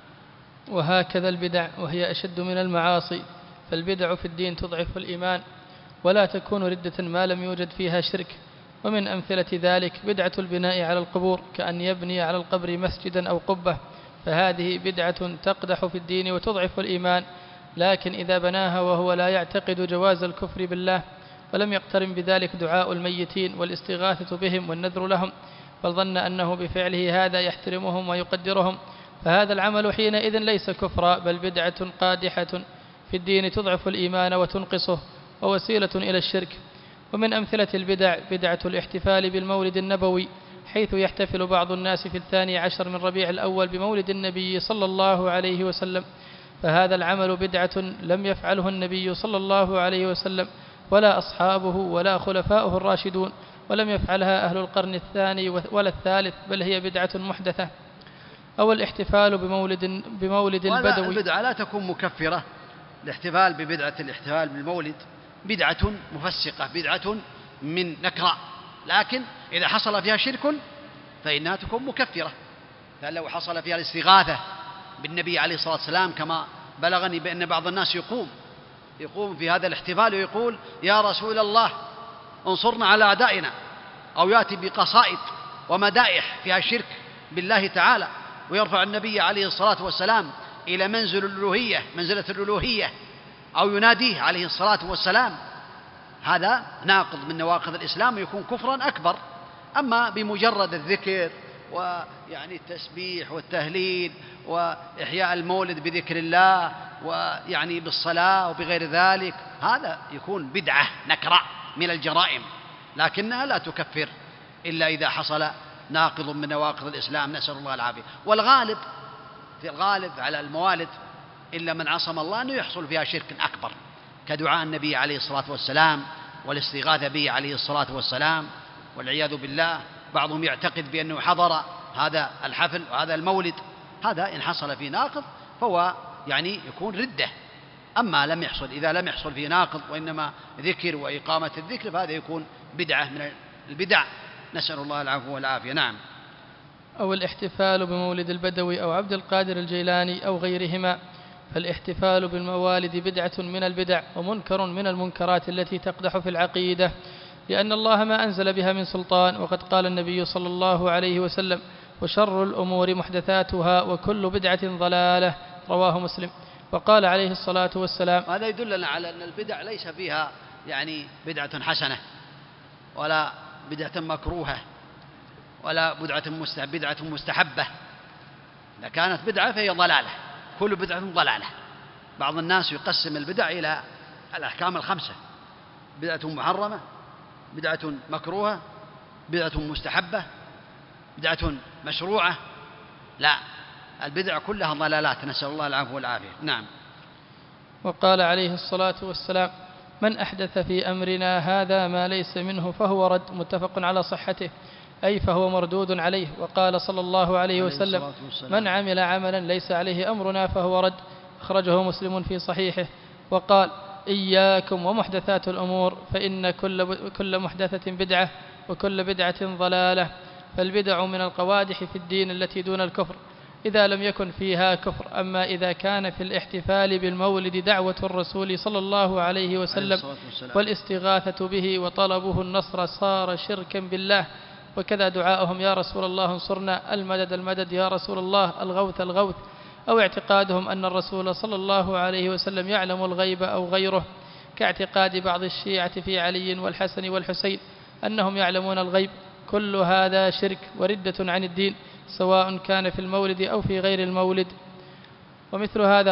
S1: وهكذا البدع، وهي أشد من المعاصي، فالبدع في الدين تضعف الإيمان، ولا تكون ردة ما لم يوجد فيها شرك. ومن أمثلة ذلك بدعة البناء على القبور، كأن يبني على القبر مسجدا أو قبة، فهذه بدعة تقدح في الدين وتضعف الإيمان. لكن إذا بناها وهو لا يعتقد جواز الكفر بالله، ولم يقترن بذلك دعاء الميتين والاستغاثة بهم والنذر لهم، بل ظن أنه بفعله هذا يحترمهم ويقدرهم، فهذا العمل حينئذ ليس كفرا، بل بدعة قادحة في الدين تضعف الإيمان وتنقصه، ووسيلة إلى الشرك. ومن أمثلة البدع بدعة الاحتفال بالمولد النبوي، حيث يحتفل بعض الناس في 12 من ربيع الأول بمولد النبي صلى الله عليه وسلم، فهذا العمل بدعة لم يفعله النبي صلى الله عليه وسلم ولا أصحابه ولا خلفاؤه الراشدون، ولم يفعلها أهل القرن الثاني ولا الثالث، بل هي بدعة محدثة. أو الاحتفال بمولد البدوي.
S2: البدعة لا تكون مكفرة. الاحتفال الاحتفال بالمولد بدعة مفسقة، بدعة من نكراء، لكن إذا حصل فيها شرك فإنها تكون مكفرة. فلو حصل فيها الاستغاثة بالنبي عليه الصلاة والسلام، كما بلغني بأن بعض الناس يقوم في هذا الاحتفال ويقول يا رسول الله انصرنا على أعدائنا، أو يأتي بقصائد ومدائح فيها شرك بالله تعالى، ويرفع النبي عليه الصلاة والسلام إلى منزلة الألوهية، أو يناديه عليه الصلاة والسلام، هذا ناقض من نواقض الإسلام ويكون كفرا أكبر. أما بمجرد الذكر ويعني التسبيح والتهليل وإحياء المولد بذكر الله ويعني بالصلاة وبغير ذلك، هذا يكون بدعة نكراء من الجرائم، لكنها لا تكفر إلا إذا حصل ناقض من نواقض الإسلام، نسأل الله العافية. والغالب في الغالب على الموالد إلا من عصم الله أنه يحصل فيها شرك أكبر، كدعاء النبي عليه الصلاة والسلام والاستغاثة به عليه الصلاة والسلام، والعياذ بالله. بعضهم يعتقد بأنه حضر هذا الحفل وهذا المولد، هذا إن حصل فيه ناقض فهو يعني يكون ردة. أما إذا لم يحصل فيه ناقض وإنما ذكر وإقامة الذكر، فهذا يكون بدعة من البدع، نسأل الله العفو والعافية. نعم.
S1: أو الاحتفال بمولد البدوي أو عبد القادر الجيلاني أو غيرهما، فالاحتفال بالموالد بدعة من البدع ومنكر من المنكرات التي تقدح في العقيدة، لأن الله ما أنزل بها من سلطان. وقد قال النبي صلى الله عليه وسلم وشر الأمور محدثاتها وكل بدعة ضلالة، رواه مسلم. وقال عليه الصلاة والسلام.
S2: هذا يدلنا على أن البدع ليس فيها يعني بدعة حسنة ولا بدعة مكروهة ولا بدعة مستحبة. إذا كانت بدعة فهي ضلالة، كل بدعة ضلالة. بعض الناس يقسم البدع إلى الأحكام الخمسة: بدعة محرمة، بدعة مكروهة، بدعة مستحبة، بدعة مشروعة. لا، البدع كلها ضلالات، نسأل الله العفو والعافية. نعم.
S1: وقال عليه الصلاة والسلام من أحدث في أمرنا هذا ما ليس منه فهو رد، متفق على صحته، أي فهو مردود عليه. وقال صلى الله عليه وسلم من عمل عملا ليس عليه أمرنا فهو رد، أخرجه مسلم في صحيحه. وقال إياكم ومحدثات الأمور فإن كل محدثة بدعة وكل بدعة ضلالة. فالبدع من القوادح في الدين التي دون الكفر، إذا لم يكن فيها كفر. أما إذا كان في الاحتفال بالمولد دعوة الرسول صلى الله عليه وسلم والاستغاثة به وطلبه النصر صار شركا بالله. وكذا دعاءهم يا رسول الله انصرنا، المدد المدد يا رسول الله، الغوث الغوث، أو اعتقادهم أن الرسول صلى الله عليه وسلم يعلم الغيب أو غيره، كاعتقاد بعض الشيعة في علي والحسن والحسين أنهم يعلمون الغيب. كل هذا شرك وردة عن الدين، سواء كان في المولد أو في غير المولد. ومثل هذا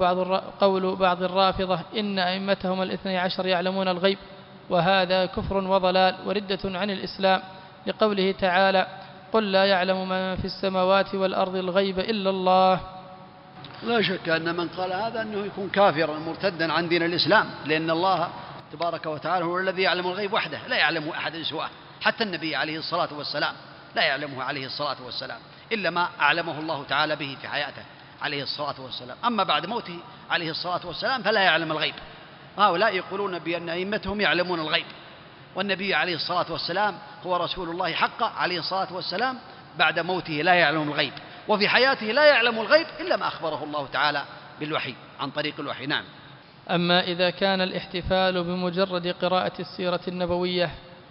S1: قول بعض الرافضة إن أئمتهم 12 يعلمون الغيب، وهذا كفر وضلال وردة عن الإسلام، لقوله تعالى قل لا يعلم من في السماوات والأرض الغيب إلا الله.
S2: لا شك أن من قال هذا أنه يكون كافرا مرتدا عن دين الإسلام، لأن الله تبارك وتعالى هو الذي يعلم الغيب وحده، لا يعلم أحد سواه، حتى النبي عليه الصلاة والسلام لا يعلمه عليه الصلاة والسلام إلا ما أعلمه الله تعالى به في حياته عليه الصلاة والسلام. أما بعد موته عليه الصلاة والسلام فلا يعلم الغيب. هؤلاء يقولون بأن أئمتهم يعلمون الغيب، والنبي عليه الصلاة والسلام هو رسول الله حقا عليه الصلاة والسلام، بعد موته لا يعلم الغيب، وفي حياته لا يعلم الغيب إلا ما أخبره الله تعالى بالوحي عن طريق الوحي. نعم.
S1: أما إذا كان الاحتفال بمجرد قراءة السيرة النبوية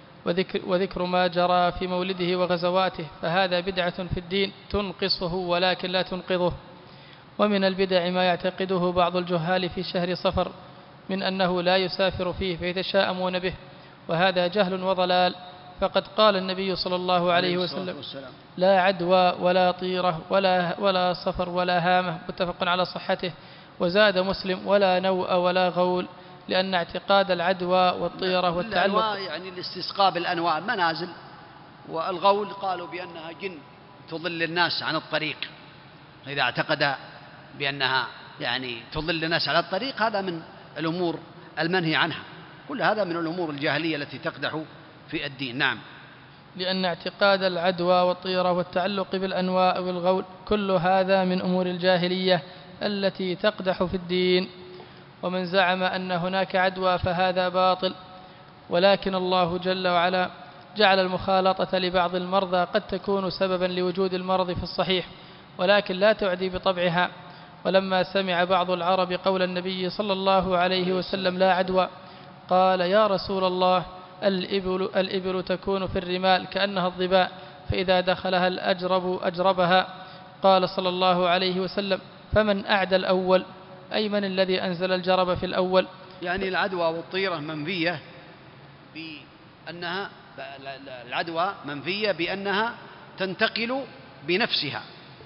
S1: وذكر ما جرى في مولده وغزواته فهذا بدعة في الدين تنقصه ولكن لا تنقضه. ومن البدع ما يعتقده بعض الجهال في شهر صفر من أنه لا يسافر فيه فيتشاءمون به، وهذا جهل وضلال. فقد قال النبي صلى الله عليه وسلم لا عدوى ولا طيرة ولا صفر ولا هامة، متفق على صحته. وزاد مسلم ولا نوء ولا غول، لأن اعتقاد العدوى والطيرة والتعلق
S2: يعني الاستسقاء بالأنواع منازل، والغول قالوا بأنها جن تضل الناس عن الطريق، إذا اعتقد بأنها يعني تضل الناس على الطريق هذا من الأمور المنهي عنها، كل هذا من الأمور الجاهلية التي تقدح في الدين. نعم.
S1: لأن اعتقاد العدوى والطيرة والتعلق بالأنواع والغول كل هذا من أمور الجاهلية التي تقدح في الدين. ومن زعم أن هناك عدوى فهذا باطل، ولكن الله جل وعلا جعل المخالطة لبعض المرضى قد تكون سببا لوجود المرض في الصحيح، ولكن لا تعدي بطبعها. ولما سمع بعض العرب قول النبي صلى الله عليه وسلم لا عدوى قال يا رسول الله الإبل تكون في الرمال كأنها الظباء، فإذا دخلها الأجرب أجربها. قال صلى الله عليه وسلم فمن أعدى الأول، أي من الذي أنزل الجرب في الأول؟
S2: يعني العدوى والطيرة منفية بأنها العدوى منفية بأنها تنتقل بنفسها،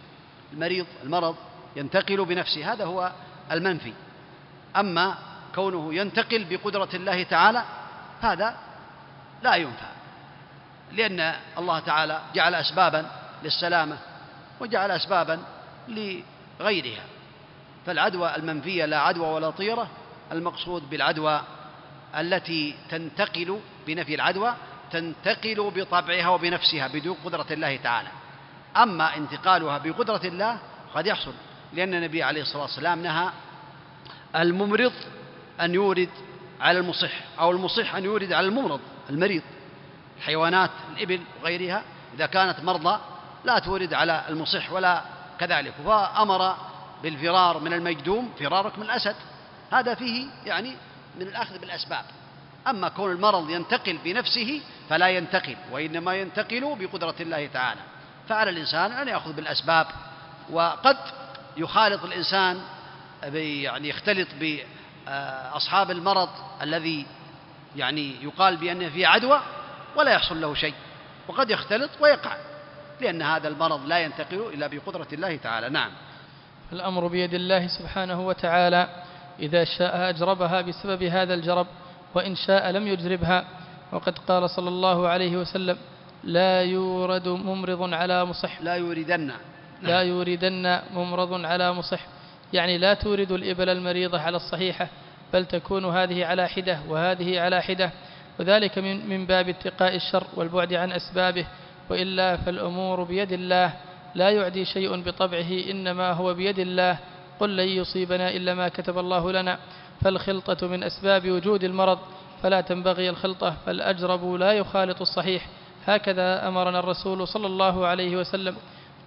S2: المرض ينتقل بنفسه، هذا هو المنفي. أما كونه ينتقل بقدرة الله تعالى هذا لا ينفع، لأن الله تعالى جعل أسبابا للسلامة وجعل أسبابا لغيرها. فالعدوى المنفية لا عدوى ولا طيرة، المقصود بالعدوى التي تنتقل بنفي العدوى تنتقل بطبعها وبنفسها بدون قدرة الله تعالى. أما انتقالها بقدرة الله قد يحصل، لأن النبي عليه الصلاة والسلام نهى الممرض أن يورد على المصح، أو المصح أن يورد على المريض. الحيوانات الإبل وغيرها إذا كانت مرضى لا تورد على المصح ولا كذلك. فأمر بالفرار من المجدوم فرارك من الأسد، هذا فيه يعني من الأخذ بالأسباب. أما كون المرض ينتقل بنفسه فلا ينتقل، وإنما ينتقل بقدرة الله تعالى. فعلى الإنسان أن يأخذ بالأسباب، وقد يخالط الإنسان يعني يختلط بأصحاب المرض الذي يعني يقال بأنه فيه عدوى ولا يحصل له شيء، وقد يختلط ويقع، لأن هذا المرض لا ينتقل إلا بقدرة الله تعالى. نعم.
S1: الأمر بيد الله سبحانه وتعالى، إذا شاء أجربها بسبب هذا الجرب، وإن شاء لم يجربها. وقد قال صلى الله عليه وسلم لا يورد ممرض على مصح، لا يوردن ممرض على مصح، يعني لا تورد الإبل المريضة على الصحيحة، بل تكون هذه على حدة وهذه على حدة، وذلك من باب اتقاء الشر والبعد عن أسبابه. وإلا فالأمور بيد الله، لا يعدي شيء بطبعه، إنما هو بيد الله. قل لن يصيبنا إلا ما كتب الله لنا. فالخلطة من أسباب وجود المرض، فلا تنبغي الخلطة، فالأجرب لا يخالط الصحيح. هكذا أمرنا الرسول صلى الله عليه وسلم.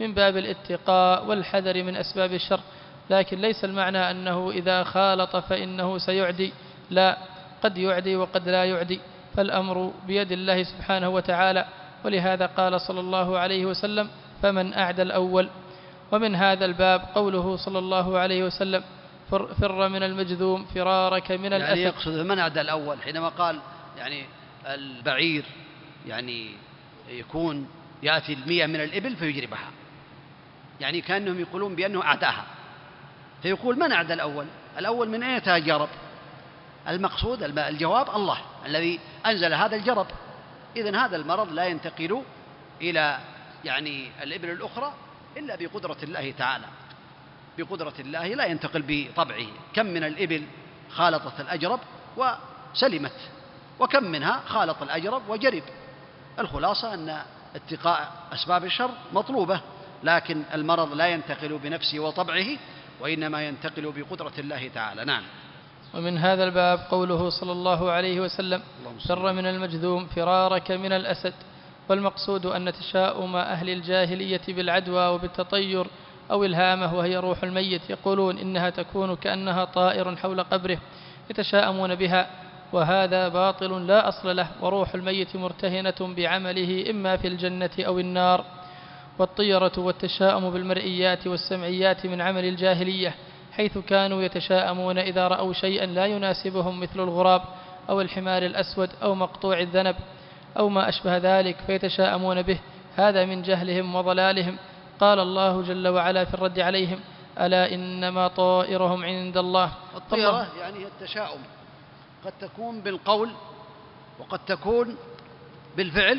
S1: من باب الاتقاء والحذر من أسباب الشر، لكن ليس المعنى أنه إذا خالط فإنه سيعدي، لا، قد يعدي وقد لا يعدي، فالأمر بيد الله سبحانه وتعالى. ولهذا قال صلى الله عليه وسلم: فمن أعدى الأول. ومن هذا الباب قوله صلى الله عليه وسلم: فر من المجذوم فرارك من الأسد.
S2: يعني يقصد من أعدى الأول حينما قال يعني البعير يعني يكون يأتي 100 من الإبل فيجربها، يعني كأنهم يقولون بأنه أعداها، فيقول من أعدى الأول؟ الأول من أين يتجرب؟ المقصود الجواب الله الذي أنزل هذا الجرب. إذن هذا المرض لا ينتقل إلى يعني الإبل الأخرى إلا بقدرة الله تعالى، بقدرة الله، لا ينتقل بطبعه. كم من الإبل خالطت الأجرب وسلمت، وكم منها خالط الأجرب وجرب. الخلاصة أن اتقاء أسباب الشر مطلوبة، لكن المرض لا ينتقل بنفسه وطبعه، وإنما ينتقل بقدرة الله تعالى. نعم.
S1: ومن هذا الباب قوله صلى الله عليه وسلم: فر من المجذوم فرارك من الأسد. والمقصود أن تشاؤم أهل الجاهلية بالعدوى وبالتطير أو الهامة، وهي روح الميت، يقولون إنها تكون كأنها طائر حول قبره يتشاءمون بها، وهذا باطل لا أصل له، وروح الميت مرتهنة بعمله إما في الجنة أو النار. والطيرة والتشاؤم بالمرئيات والسمعيات من عمل الجاهلية، حيث كانوا يتشاءمون إذا رأوا شيئا لا يناسبهم مثل الغراب أو الحمار الأسود أو مقطوع الذنب أو ما أشبه ذلك فيتشاءمون به، هذا من جهلهم وضلالهم. قال الله جل وعلا في الرد عليهم: ألا إنما طائرهم عند الله.
S2: الطيرة يعني التشاؤم قد تكون بالقول، وقد تكون بالفعل،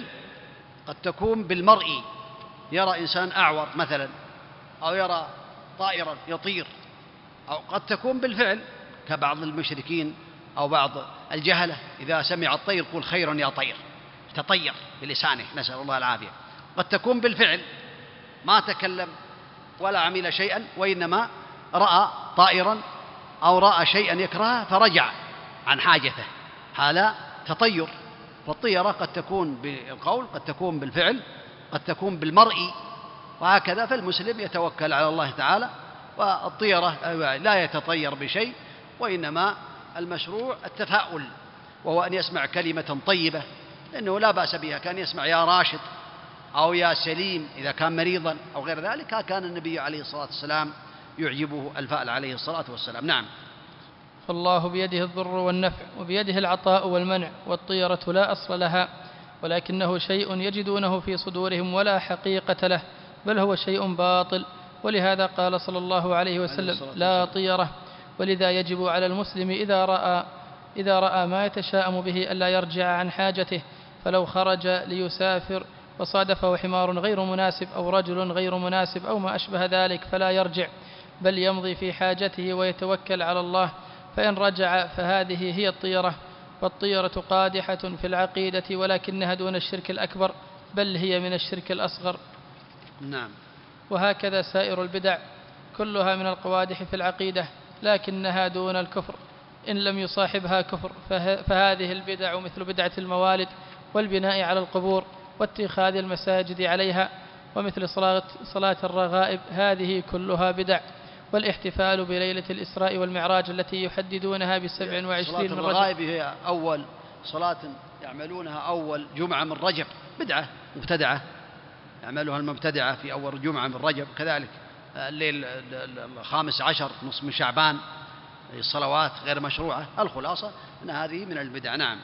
S2: قد تكون بالمرئي، يرى إنسان أعور مثلا، أو يرى طائرا يطير، أو قد تكون بالفعل كبعض المشركين أو بعض الجهلة إذا سمع الطير يقول: خير يا طير، تطير بلسانه، نسأل الله العافية. قد تكون بالفعل، ما تكلم ولا عمل شيئا، وإنما رأى طائرا أو رأى شيئا يكرهه فرجع عن حاجته، هذا تطير. والطيرة قد تكون بالقول، قد تكون بالفعل، قد تكون بالمرئي، وهكذا. فالمسلم يتوكل على الله تعالى، والطيرة لا يتطير بشيء، وإنما المشروع التفاؤل، وهو أن يسمع كلمة طيبة، لأنه لا بأس بها. كان يسمع يا راشد أو يا سليم إذا كان مريضا أو غير ذلك، كان النبي عليه الصلاة والسلام يعجبه الفأل عليه الصلاة والسلام. نعم.
S1: فالله بيده الضر والنفع، وبيده العطاء والمنع، والطيرة لا أصل لها، ولكنه شيء يجدونه في صدورهم ولا حقيقة له، بل هو شيء باطل. ولهذا قال صلى الله عليه وسلم: لا طيرة. ولذا يجب على المسلم إذا رأى ما يتشاءم به ألا يرجع عن حاجته، فلو خرج ليسافر وصادفه حمار غير مناسب أو رجل غير مناسب أو ما أشبه ذلك فلا يرجع، بل يمضي في حاجته ويتوكل على الله. فإن رجع فهذه هي الطيرة. والطيرة قادحة في العقيدة، ولكنها دون الشرك الأكبر، بل هي من الشرك الأصغر.
S2: نعم.
S1: وهكذا سائر البدع كلها من القوادح في العقيدة، لكنها دون الكفر إن لم يصاحبها كفر. فهذه البدع مثل بدعة الموالد والبناء على القبور واتخاذ المساجد عليها، ومثل صلاة الرغائب، هذه كلها بدع. والاحتفال بليلة الإسراء والمعراج التي يحددونها ب27 من رجب.
S2: صلاة الرغائب هي أول صلاة يعملونها أول جمعة من رجب، بدعة مبتدعة يعملها المبتدعة في أول جمعة من رجب. كذلك الليل 15 نصف من شعبان، الصلوات غير مشروعة. الخلاصة أن هذه من البدع. نعم.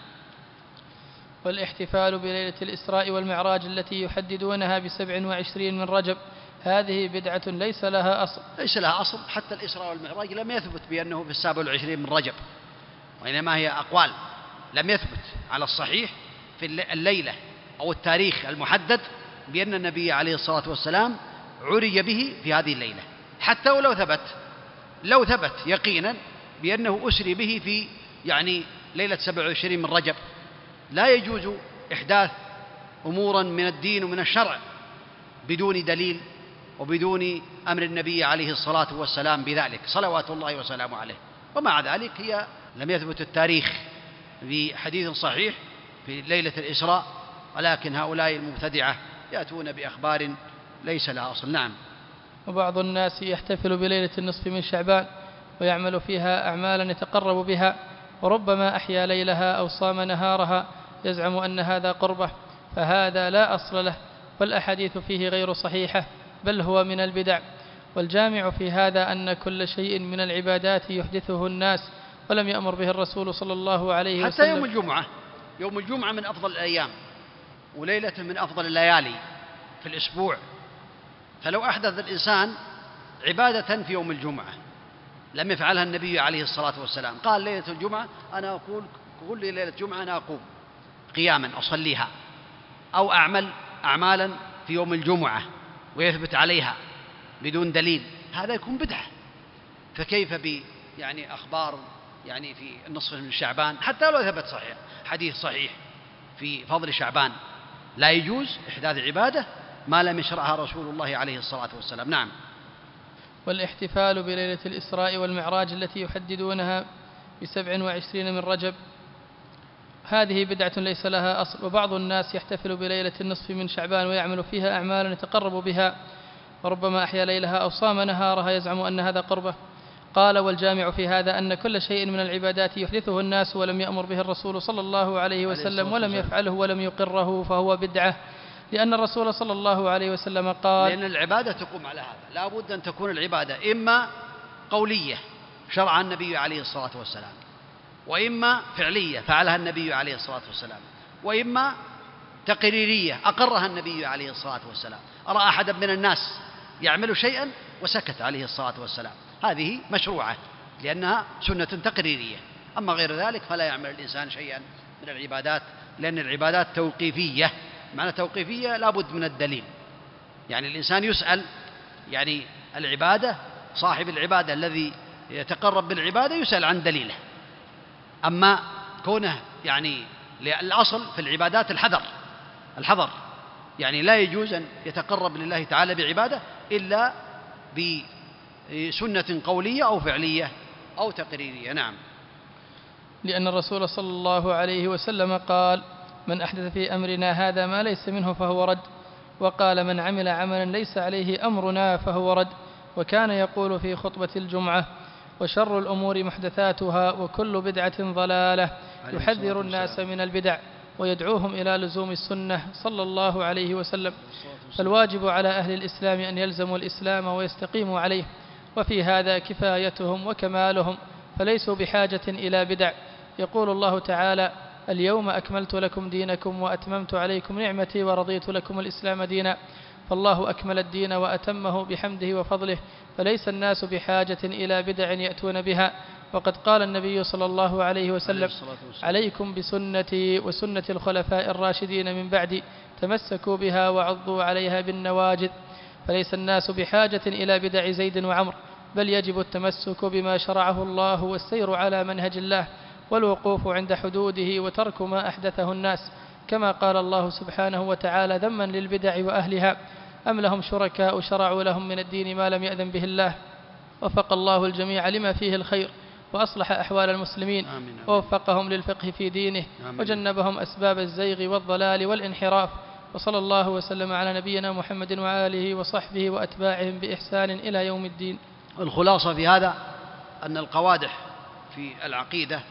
S1: والاحتفال بليلة الإسراء والمعراج التي يحددونها ب27 من رجب، هذه بدعة ليس لها أصل.
S2: ليس لها أصل. حتى الإسراء والمعراج لم يثبت بأنه في 27 من رجب، وإنما هي أقوال لم يثبت على الصحيح في الليلة أو التاريخ المحدد بأن النبي عليه الصلاة والسلام عرج به في هذه الليلة. حتى ولو لو ثبت يقينا بأنه أسري به في يعني ليلة 27 من رجب، لا يجوز إحداث أمورا من الدين ومن الشرع بدون دليل وبدون أمر النبي عليه الصلاة والسلام بذلك صلوات الله وسلامه عليه. ومع ذلك هي لم يثبت التاريخ بحديث صحيح في ليلة الإسراء، ولكن هؤلاء المبتدعة يأتون بأخبار ليس لها أصل. نعم.
S1: وبعض الناس يحتفل بليلة النصف من شعبان ويعمل فيها أعمالا يتقرب بها، وربما أحيا ليلها أو صام نهارها يزعم أن هذا قربة، فهذا لا أصل له، والأحاديث فيه غير صحيحة، بل هو من البدع. والجامع في هذا أن كل شيء من العبادات يحدثه الناس ولم يأمر به الرسول صلى الله عليه وسلم.
S2: حتى يوم الجمعة من أفضل الأيام، وليلة من أفضل الليالي في الأسبوع، فلو أحدث الإنسان عبادة في يوم الجمعة لم يفعلها النبي عليه الصلاة والسلام، قال ليلة الجمعة أنا أقول كل ليلة جمعة أنا أقوم قياما أصليها، أو أعمل أعمالا في يوم الجمعة ويثبت عليها بدون دليل، هذا يكون بدعة. فكيف يعني أخبار يعني في النصف من شعبان، حتى لو ثبت صحيح حديث صحيح في فضل شعبان، لا يجوز إحداث عبادة ما لم يشرعها رسول الله عليه الصلاة والسلام. نعم.
S1: والاحتفال بليلة الإسراء والمعراج التي يحددونها ب27 من رجب، هذه بدعة ليس لها أصل. وبعض الناس يحتفل بليلة النصف من شعبان ويعمل فيها أعمالا يتقرب بها، وربما أحيا ليلها أو صام نهارها يزعم أن هذا قربة. قال: والجامع في هذا أن كل شيء من العبادات يحدثه الناس ولم يأمر به الرسول صلى الله عليه وسلم ولم يفعله ولم يقره فهو بدعة، لأن الرسول صلى الله عليه وسلم قال:
S2: لأن العبادة تقوم على هذا، لا بد أن تكون العبادة إما قولية شرع النبي عليه الصلاة والسلام، وإما فعلية فعلها النبي عليه الصلاة والسلام، وإما تقريرية أقرها النبي عليه الصلاة والسلام. أرى أحدا من الناس يعمل شيئا وسكت عليه الصلاة والسلام، هذه مشروعة لأنها سنة تقريرية. أما غير ذلك فلا يعمل الإنسان شيئا من العبادات، لأن العبادات توقيفية. معنى توقيفية لا بد من الدليل، يعني الإنسان يسأل، يعني العبادة صاحب العبادة الذي يتقرب بالعبادة يسأل عن دليله. أما كونه يعني الأصل في العبادات الحظر، يعني لا يجوز أن يتقرب لله تعالى بعبادة إلا بسنة قولية أو فعلية أو تقريرية. نعم.
S1: لأن الرسول صلى الله عليه وسلم قال: من أحدث في أمرنا هذا ما ليس منه فهو رد، وقال: من عمل عملا ليس عليه أمرنا فهو رد. وكان يقول في خطبة الجمعة: وشر الأمور محدثاتها وكل بدعة ضلالة، يحذر الناس من البدع ويدعوهم إلى لزوم السنة صلى الله عليه وسلم. فالواجب على أهل الإسلام أن يلزموا الإسلام ويستقيموا عليه، وفي هذا كفايتهم وكمالهم، فليسوا بحاجة إلى بدع. يقول الله تعالى: اليوم أكملت لكم دينكم وأتممت عليكم نعمتي ورضيت لكم الإسلام دينا. فالله أكمل الدين وأتمه بحمده وفضله، فليس الناس بحاجة إلى بدع يأتون بها. وقد قال النبي صلى الله عليه وسلم: عليكم بسنتي وسنة الخلفاء الراشدين من بعدي، تمسكوا بها وعضوا عليها بالنواجذ. فليس الناس بحاجة إلى بدع زيد وعمر، بل يجب التمسك بما شرعه الله والسير على منهج الله، والوقوف عند حدوده وترك ما أحدثه الناس، كما قال الله سبحانه وتعالى ذما للبدع وأهلها: أم لهم شركاء شرعوا لهم من الدين ما لم يأذن به الله. وفق الله الجميع لما فيه الخير، وأصلح أحوال المسلمين، ووفقهم للفقه في دينه، وجنبهم أسباب الزيغ والضلال والانحراف. وصلى الله وسلم على نبينا محمد وآله وصحبه وأتباعهم بإحسان إلى يوم الدين.
S2: الخلاصة في هذا أن القوادح في العقيدة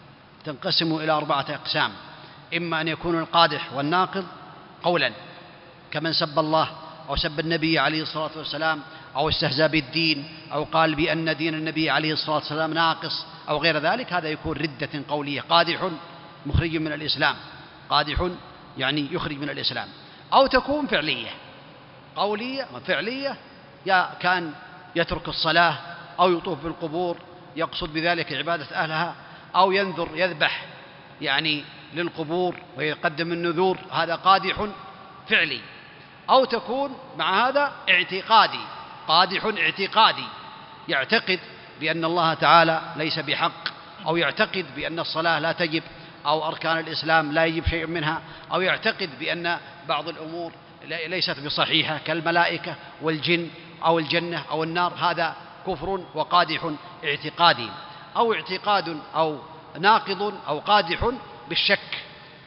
S2: تنقسم إلى 4 أقسام: إما أن يكون القادح والناقض قولا كمن سب الله أو سب النبي عليه الصلاة والسلام، أو استهزأ بالدين، أو قال بأن دين النبي عليه الصلاة والسلام ناقص أو غير ذلك، هذا يكون ردة قولية قادح مخرج من الإسلام، قادح يعني يخرج من الإسلام. أو تكون فعلية قولية وفعلية، يا كان يترك الصلاة أو يطوف بالقبور يقصد بذلك عبادة أهلها، أو ينذر يذبح يعني للقبور ويقدم النذور، هذا قادح فعلي. أو تكون مع هذا اعتقادي، قادح اعتقادي، يعتقد بأن الله تعالى ليس بحق، أو يعتقد بأن الصلاة لا تجب، أو أركان الإسلام لا يجب شيء منها، أو يعتقد بأن بعض الأمور ليست بصحيحة كالملائكة والجن أو الجنة أو النار، هذا كفر وقادح اعتقادي. أو اعتقاد أو ناقض أو قادح بالشك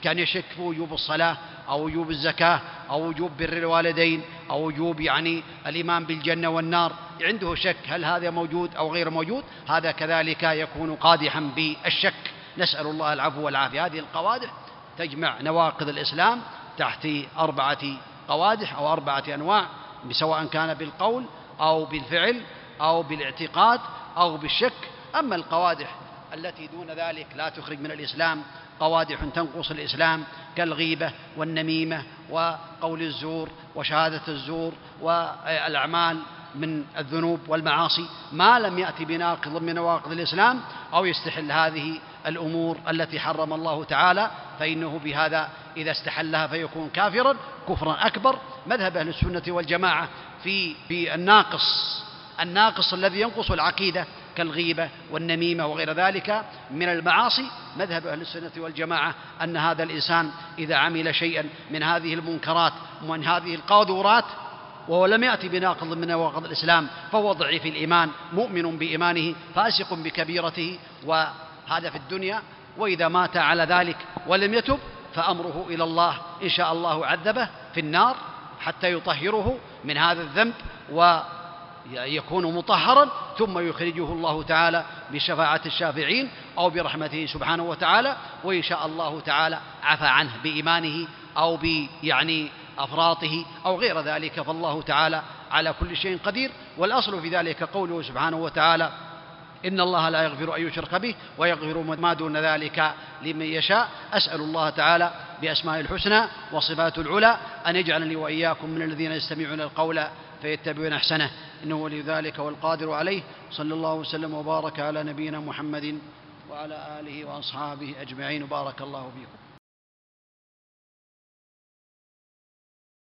S2: كان يشك في وجوب الصلاة أو وجوب الزكاة أو وجوب بر الوالدين أو وجوب الإيمان بالجنة والنار، عنده شك هل هذا موجود أو غير موجود، هذا كذلك يكون قادحا بالشك. نسأل الله العفو والعافية. هذه القوادح تجمع نواقض الإسلام تحت 4 قوادح أو 4 أنواع، سواء كان بالقول أو بالفعل أو بالاعتقاد أو بالشك. أما القوادح التي دون ذلك لا تخرج من الإسلام، قوادح تنقص الإسلام كالغيبة والنميمة وقول الزور وشهادة الزور والأعمال من الذنوب والمعاصي، ما لم يأتي بناقض من نواقض الإسلام أو يستحل هذه الأمور التي حرم الله تعالى، فإنه بهذا إذا استحلها فيكون كافرا كفرا أكبر. مذهب أهل السنة والجماعة في الناقص الذي ينقص العقيدة كالغيبة والنميمة وغير ذلك من المعاصي، مذهب أهل السنة والجماعة أن هذا الإنسان إذا عمل شيئا من هذه المنكرات ومن هذه القاذورات وهو لم يأتي بناقض من نواقض الإسلام فهو ضعيف الإيمان، مؤمن بإيمانه فاسق بكبيرته، وهذا في الدنيا. وإذا مات على ذلك ولم يتب فأمره إلى الله، إن شاء الله عذبه في النار حتى يطهره من هذا الذنب ويكون مطهرا، ثم يخرجه الله تعالى بشفاعة الشافعين أو برحمته سبحانه وتعالى، وإن شاء الله تعالى عفى عنه بإيمانه أو أفراطه أو غير ذلك، فالله تعالى على كل شيء قدير. والأصل في ذلك قوله سبحانه وتعالى: إن الله لا يغفر أن يشرك به ويغفر ما دون ذلك لمن يشاء. أسأل الله تعالى بأسماء الحسنى وصفات العلى أن يجعلني وإياكم من الذين يستمعون القول فيتبعون أحسنه، إنه ولي ذلك والقادر عليه. صلى الله وسلم وبارك على نبينا محمد وعلى آله وأصحابه أجمعين، وبارك الله فيكم.